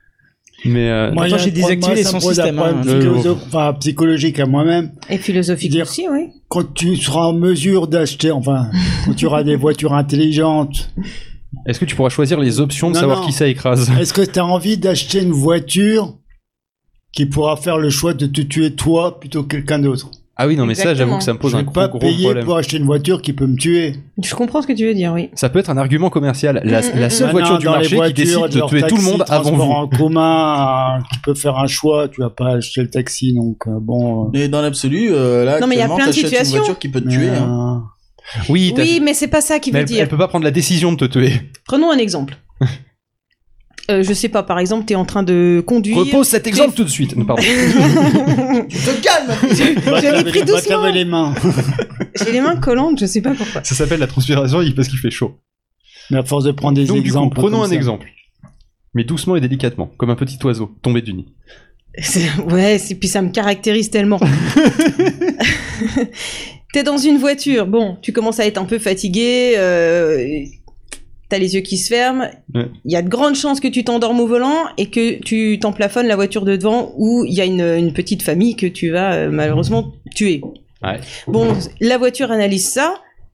Mais euh, Moi, il y a j'ai un problème- désactivé les ça me sons pose un système, problème hein. philosophe- enfin, psychologique à moi-même. Et philosophique Dire- aussi, oui. Quand tu seras en mesure d'acheter, enfin, quand tu auras des voitures intelligentes, est-ce que tu pourras choisir les options de Non, savoir non. qui ça écrase? est-ce que tu as envie d'acheter une voiture qui pourra faire le choix de te tuer toi plutôt que quelqu'un d'autre? Ah oui, non, mais ça, Exactement. j'avoue que ça me pose Je un vais gros, pas gros payer problème. pour acheter une voiture qui peut me tuer. Je comprends ce que tu veux dire, oui. Ça peut être un argument commercial. La, Mm, la mm, seule Maintenant, voiture du dans les marché qui voitures, décide de genre tuer tout le taxi, monde avant transport vous. en commun, euh, qui peut faire un choix, tu vas pas acheter le taxi, donc euh, bon. euh, Mais dans l'absolu, euh, là, Non, mais il y a actuellement, plein de t'achètes situations. une voiture qui peut te mais, tuer. Hein. euh, Oui, t'as- Oui, mais c'est pas ça qu'il mais veut elle, dire. elle peut pas prendre la décision de te tuer. Prenons un exemple. Euh, je sais pas, par exemple, t'es en train de conduire. Repose cet exemple tout de suite. Non, pardon. Tu te calmes. va te J'avais laver- pris va te doucement. laver les mains. J'ai les mains collantes, je sais pas pourquoi. Ça s'appelle la transpiration parce qu'il fait chaud. Mais à force de prendre des Donc du coup, exemples. prenons comme un ça. exemple. Mais doucement et délicatement, comme un petit oiseau tombé du nid. C'est- Ouais, et puis ça me caractérise tellement. T'es dans une voiture, bon, tu commences à être un peu fatigué, euh, t'as les yeux qui se ferment, il Ouais. y a de grandes chances que tu t'endormes au volant et que tu t'emplafonnes la voiture de devant où il y a une, une petite famille que tu vas euh, malheureusement tuer. Ouais. Bon, la voiture analyse ça.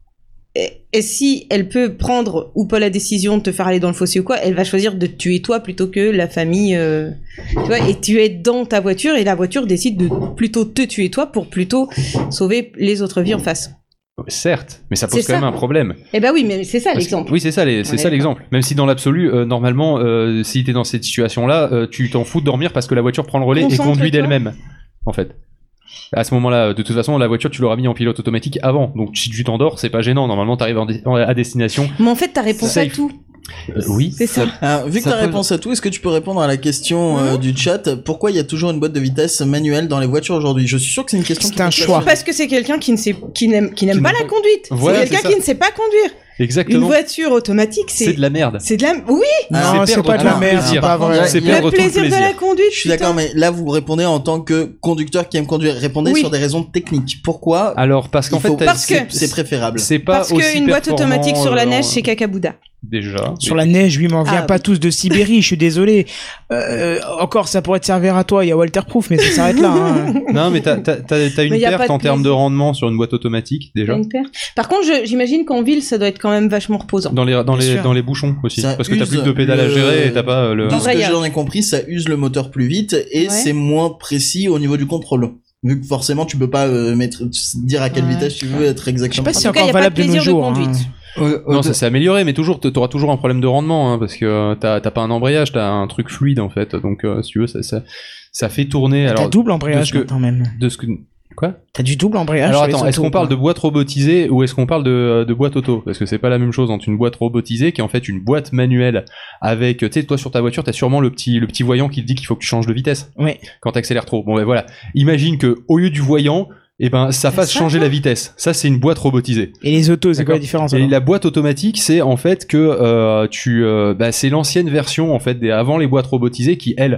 Et, et si elle peut prendre ou pas la décision de te faire aller dans le fossé ou quoi, elle va choisir de te tuer toi plutôt que la famille. euh, tu vois, et tu es dans ta voiture et la voiture décide de plutôt te tuer toi pour plutôt sauver les autres vies en face. Certes, mais ça pose C'est quand ça. même un problème. Eh ben oui, mais c'est ça Parce que- l'exemple. Oui, c'est ça, les- On c'est est ça d'accord. l'exemple. Même si dans l'absolu, euh, normalement, euh, si t'es dans cette situation-là, euh, tu t'en fous de dormir parce que la voiture prend le relais et Concentre-toi. conduit d'elle-même, en fait. À ce moment-là, de toute façon, la voiture, tu l'auras mis en pilote automatique avant. Donc, si tu t'endors, c'est pas gênant. Normalement, t'arrives en dé- en- à destination. Mais en fait, t'as réponse Safe. à tout. Euh, oui. C'est ça. Alors, vu que Ça t'as peut- réponse à tout, est-ce que tu peux répondre à la question euh, du chat? Pourquoi il y a toujours une boîte de vitesse manuelle dans les voitures aujourd'hui? Je suis sûr que c'est une question. C'est qui un peut se choix. passer. Parce que c'est quelqu'un qui ne sait, qui n'aime, qui n'aime Qui pas n'aime la pas- conduite. Voilà, c'est c'est quelqu'un ça. qui ne sait pas conduire. Une Exactement. voiture automatique, C'est c'est, de la merde. c'est de la, oui. Ah, Non, c'est c'est perdre pas de la tout le merde, plaisir. c'est pas vrai. C'est Il y a- perdre Le tout le plaisir de plaisir. la conduite. Je suis d'accord, mais là vous répondez en tant que conducteur qui aime conduire. Répondez Oui. sur des raisons techniques. Pourquoi Alors, parce qu'en il faut- fait, t'as- Parce que- c'est c'est préférable. c'est pas Parce aussi qu'une boîte performant, automatique sur la euh, neige, c'est Kakabouda. déjà. Sur la neige, lui, m'en vient Ah, pas oui. tous de Sibérie, je suis désolé. Euh, encore, ça pourrait te servir à toi, il y a Walterproof, mais ça s'arrête là. Hein. Non, mais t'as, t'as, t'as, t'as une Mais y a pas perte de en termes de plaisir. rendement sur une boîte automatique, déjà. Une paire. Par contre, je- j'imagine qu'en ville, ça doit être quand même vachement reposant. Dans les, dans Bien les, sûr. dans les bouchons aussi. Ça Parce que t'as use plus que deux pédales à le- gérer et t'as pas euh, le. De ce que Embrayage. j'en ai compris, ça use le moteur plus vite et Ouais. c'est moins précis au niveau du contrôle. Vu que forcément tu peux pas euh, mettre dire à quelle Ouais. vitesse tu veux être Je sais exactement. pas En si tout c'est cas, encore y a pas de valable de nos plaisir de jours. hein. conduite. Au- au- Non, ça s'est amélioré, mais toujours, t'auras toujours un problème de rendement, hein, parce que euh, t'as, t'as pas un embrayage, t'as un truc fluide en fait. Donc, euh, si tu veux, ça, ça, ça fait tourner. T'as Alors, double embrayage de ce que- maintenant même. de ce que. Quoi? T'as du double embrayage. Alors sur les attends, est-ce autos, qu'on parle de quoi. boîte robotisée ou est-ce qu'on parle de, de boîte auto? Parce que c'est pas la même chose entre une boîte robotisée qui est en fait une boîte manuelle avec, tu sais, toi sur ta voiture, t'as sûrement le petit, le petit voyant qui te dit qu'il faut que tu changes de vitesse Oui. quand t'accélères trop. Bon ben voilà. Imagine que au lieu du voyant, eh ben ça fasse ça, changer quoi. la vitesse. Ça c'est une boîte robotisée. Et les autos, c'est quoi la D'accord. différence Et alors la boîte automatique, c'est en fait que euh, tu, euh, bah, c'est l'ancienne version en fait des avant les boîtes robotisées qui elles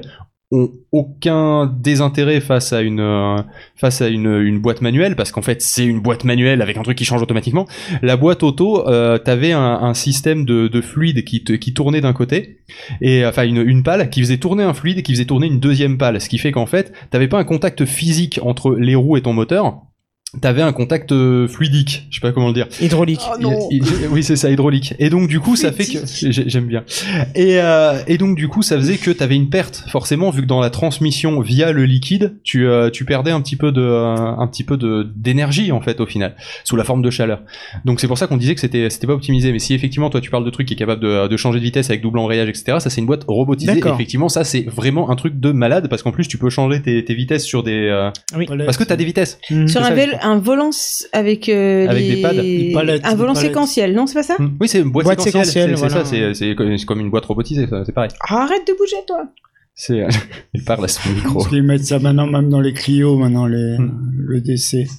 ont aucun désintérêt face à une euh, face à une, une boîte manuelle, parce qu'en fait c'est une boîte manuelle avec un truc qui change automatiquement. La boîte auto, euh, t'avais un, un système de, de fluide qui, te, qui tournait d'un côté, et enfin une, une pale qui faisait tourner un fluide et qui faisait tourner une deuxième pale, ce qui fait qu'en fait t'avais pas un contact physique entre les roues et ton moteur. T'avais un contact euh, fluidique, je sais pas comment le dire. Hydraulique. Oh non. Il- il- oui, c'est ça, hydraulique. Et donc du coup, ça fait que j'ai- j'aime bien. Et euh, et donc du coup, ça faisait que t'avais une perte forcément, vu que dans la transmission via le liquide, tu euh, tu perdais un petit peu de euh, un petit peu de d'énergie en fait au final, sous la forme de chaleur. Donc c'est pour ça qu'on disait que c'était c'était pas optimisé. Mais si effectivement toi tu parles de trucs qui est capable de de changer de vitesse avec double embrayage, et cetera. Ça c'est une boîte robotisée. D'accord. Effectivement, ça c'est vraiment un truc de malade, parce qu'en plus tu peux changer tes tes vitesses sur des euh, Oui. parce que t'as des vitesses. Mmh. Sur C'est un, ça, vélo- un volant s- avec, euh, Avec les- des pads. Des palettes, un des volant palettes. séquentiel, non, c'est pas ça? Hmm. Oui, c'est une boîte, Boîte séquentielle. séquentielle, C'est c'est voilà. ça, c'est c'est comme c'est comme une boîte robotisée, ça, c'est pareil. Arrête de bouger, toi. C'est il parle à son micro. Parce qu'ils mettent ça maintenant, même dans les cryos, maintenant, les, Hmm. le décès.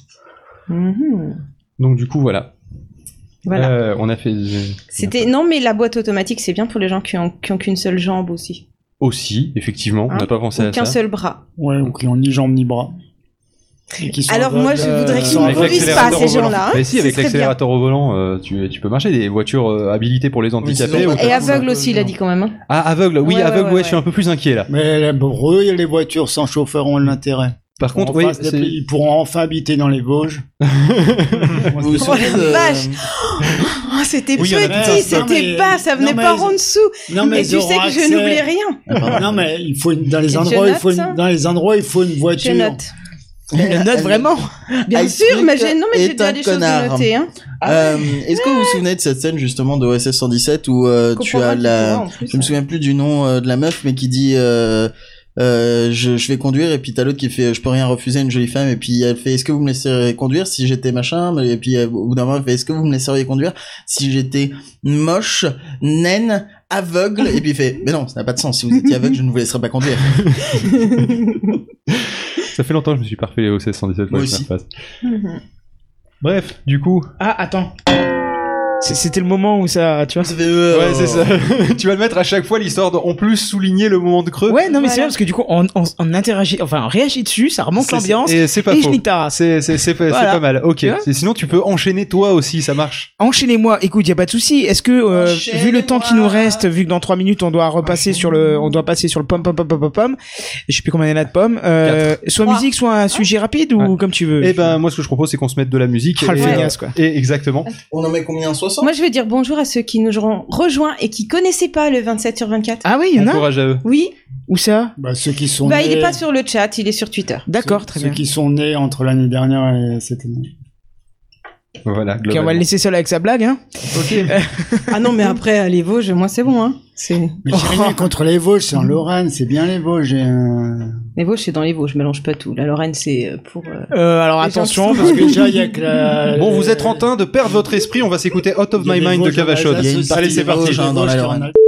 Mhm. Donc du coup voilà. Voilà. Euh, on a fait C'était non, mais la boîte automatique, c'est bien pour les gens qui ont, qui ont qu'une seule jambe aussi, aussi effectivement, on Hein n'a pas pensé ou à qu'un ça. seul bras. Ouais, ou qui ont ni jambes ni bras. Et qui sont Alors moi, aveugles, je euh, voudrais qu'ils sont ne Avec aveugles. conduisent pas l'accélérateur ces au volant. gens-là. hein. Mais si, Ce avec serait bien. l'accélérateur au volant, euh, tu tu peux marcher, des voitures euh, habilitées pour les handicapés. c'est ou- bon. Et aveugle aussi, il a dit quand même. hein. Ah aveugle, oui Ouais, ouais, aveugle, ouais, ouais, je suis ouais. un peu plus inquiet là. Mais pour eux, les voitures sans chauffeur ont de l'intérêt. Par contre, En oui, face des c'est- pays, ils pourront enfin habiter dans les Vosges. Vous vous souvenez Oh la de- vache. Oh, c'était Oui, il y en a petit, tout ça. c'était Non, mais- bas, ça venait non, mais par ils- en dessous. Non, mais Et ils tu sais auront que je accès- n'oublie rien. Ah, pardon. Non, mais il faut une, dans les Et endroits, je il faut note une, ça. dans les endroits, il faut une Je voiture. note. Elle note vraiment. Bien Ice sûr, Freak mais j'ai non mais j'ai est déjà un des choses connard. à noter. Hein. Euh, Est-ce que vous vous souvenez de cette scène justement de O S S cent dix-sept où euh, tu Comprends as pas qui la, pourra, en plus, je me hein. souviens plus du nom euh, de la meuf, mais qui dit euh, euh, je, je vais conduire, et puis t'as l'autre qui fait je peux rien refuser à une jolie femme, et puis elle fait est-ce que vous me laisseriez conduire si j'étais machin, et puis euh, au bout d'un moment elle fait est-ce que vous me laisseriez conduire si j'étais moche, naine, aveugle, et puis il fait mais non, ça n'a pas de sens, si vous étiez aveugle je ne vous laisserais pas conduire. ça fait longtemps que je me suis pas refait les O C S cent dix-sept. Moi ouais, je aussi. me refasse. Mhm. Bref, du coup. Ah, attends. C'est- C'était le moment où ça, tu vois. Ça fait, euh, Ouais, c'est ça. Tu vas le mettre à chaque fois, l'histoire de en plus souligner le moment de creux. Ouais, non, mais Voilà. c'est vrai parce que du coup, on, on, on interagit, enfin, on réagit dessus, ça remonte C'est- l'ambiance. Et c'est pas Et faux. je nique ta race. C'est c'est c'est pas, c'est Voilà. pas mal. Ok. Tu vois C'est- Sinon tu peux enchaîner toi aussi, ça marche. Enchaînez-moi. Écoute, y a pas de souci. Est-ce que, euh, vu le temps qui nous reste, vu que dans trois minutes on doit repasser sur le, on doit passer sur le pom pom pom pom pom pom. Je sais plus combien il y en a de pommes. Euh, soit Trois. musique, soit un sujet rapide ou Ouais. comme tu veux. Et ben moi ce que je propose c'est qu'on se mette de la musique. Ah, le et, feignasse, quoi. et exactement. On en met combien, soixante? Moi, je vais dire bonjour à ceux qui nous auront rejoints et qui connaissaient pas le vingt-sept sur vingt-quatre. Ah oui, il y en Bon a. courage à eux. Oui, Où ça? Bah, ceux qui sont bah nés, il est pas sur le chat, il est sur Twitter. D'accord, ceux, très ceux bien. qui sont nés entre l'année dernière et cette année. Voilà. Ok, on va globalement. le laisser seul avec sa blague, hein. Ah non, mais après, les Vosges, moi, c'est bon, hein. C'est... Mais j'ai rien contre les Vosges, c'est en Lorraine, c'est bien les Vosges. et, euh, Les Vosges, c'est dans les Vosges, je mélange pas tout. La Lorraine, c'est euh, pour... euh, Euh, alors Les gens attention, qui parce Parce que que déjà, il y a que la... Bon, vous êtes en train de perdre votre esprit. On va s'écouter Out of il y a My les Mind de Vosges en Cavachon. Alsace, Il y a une aussi, partie Allez, des c'est parti. Vosges, hein, dans la Vosges qui Lorraine. en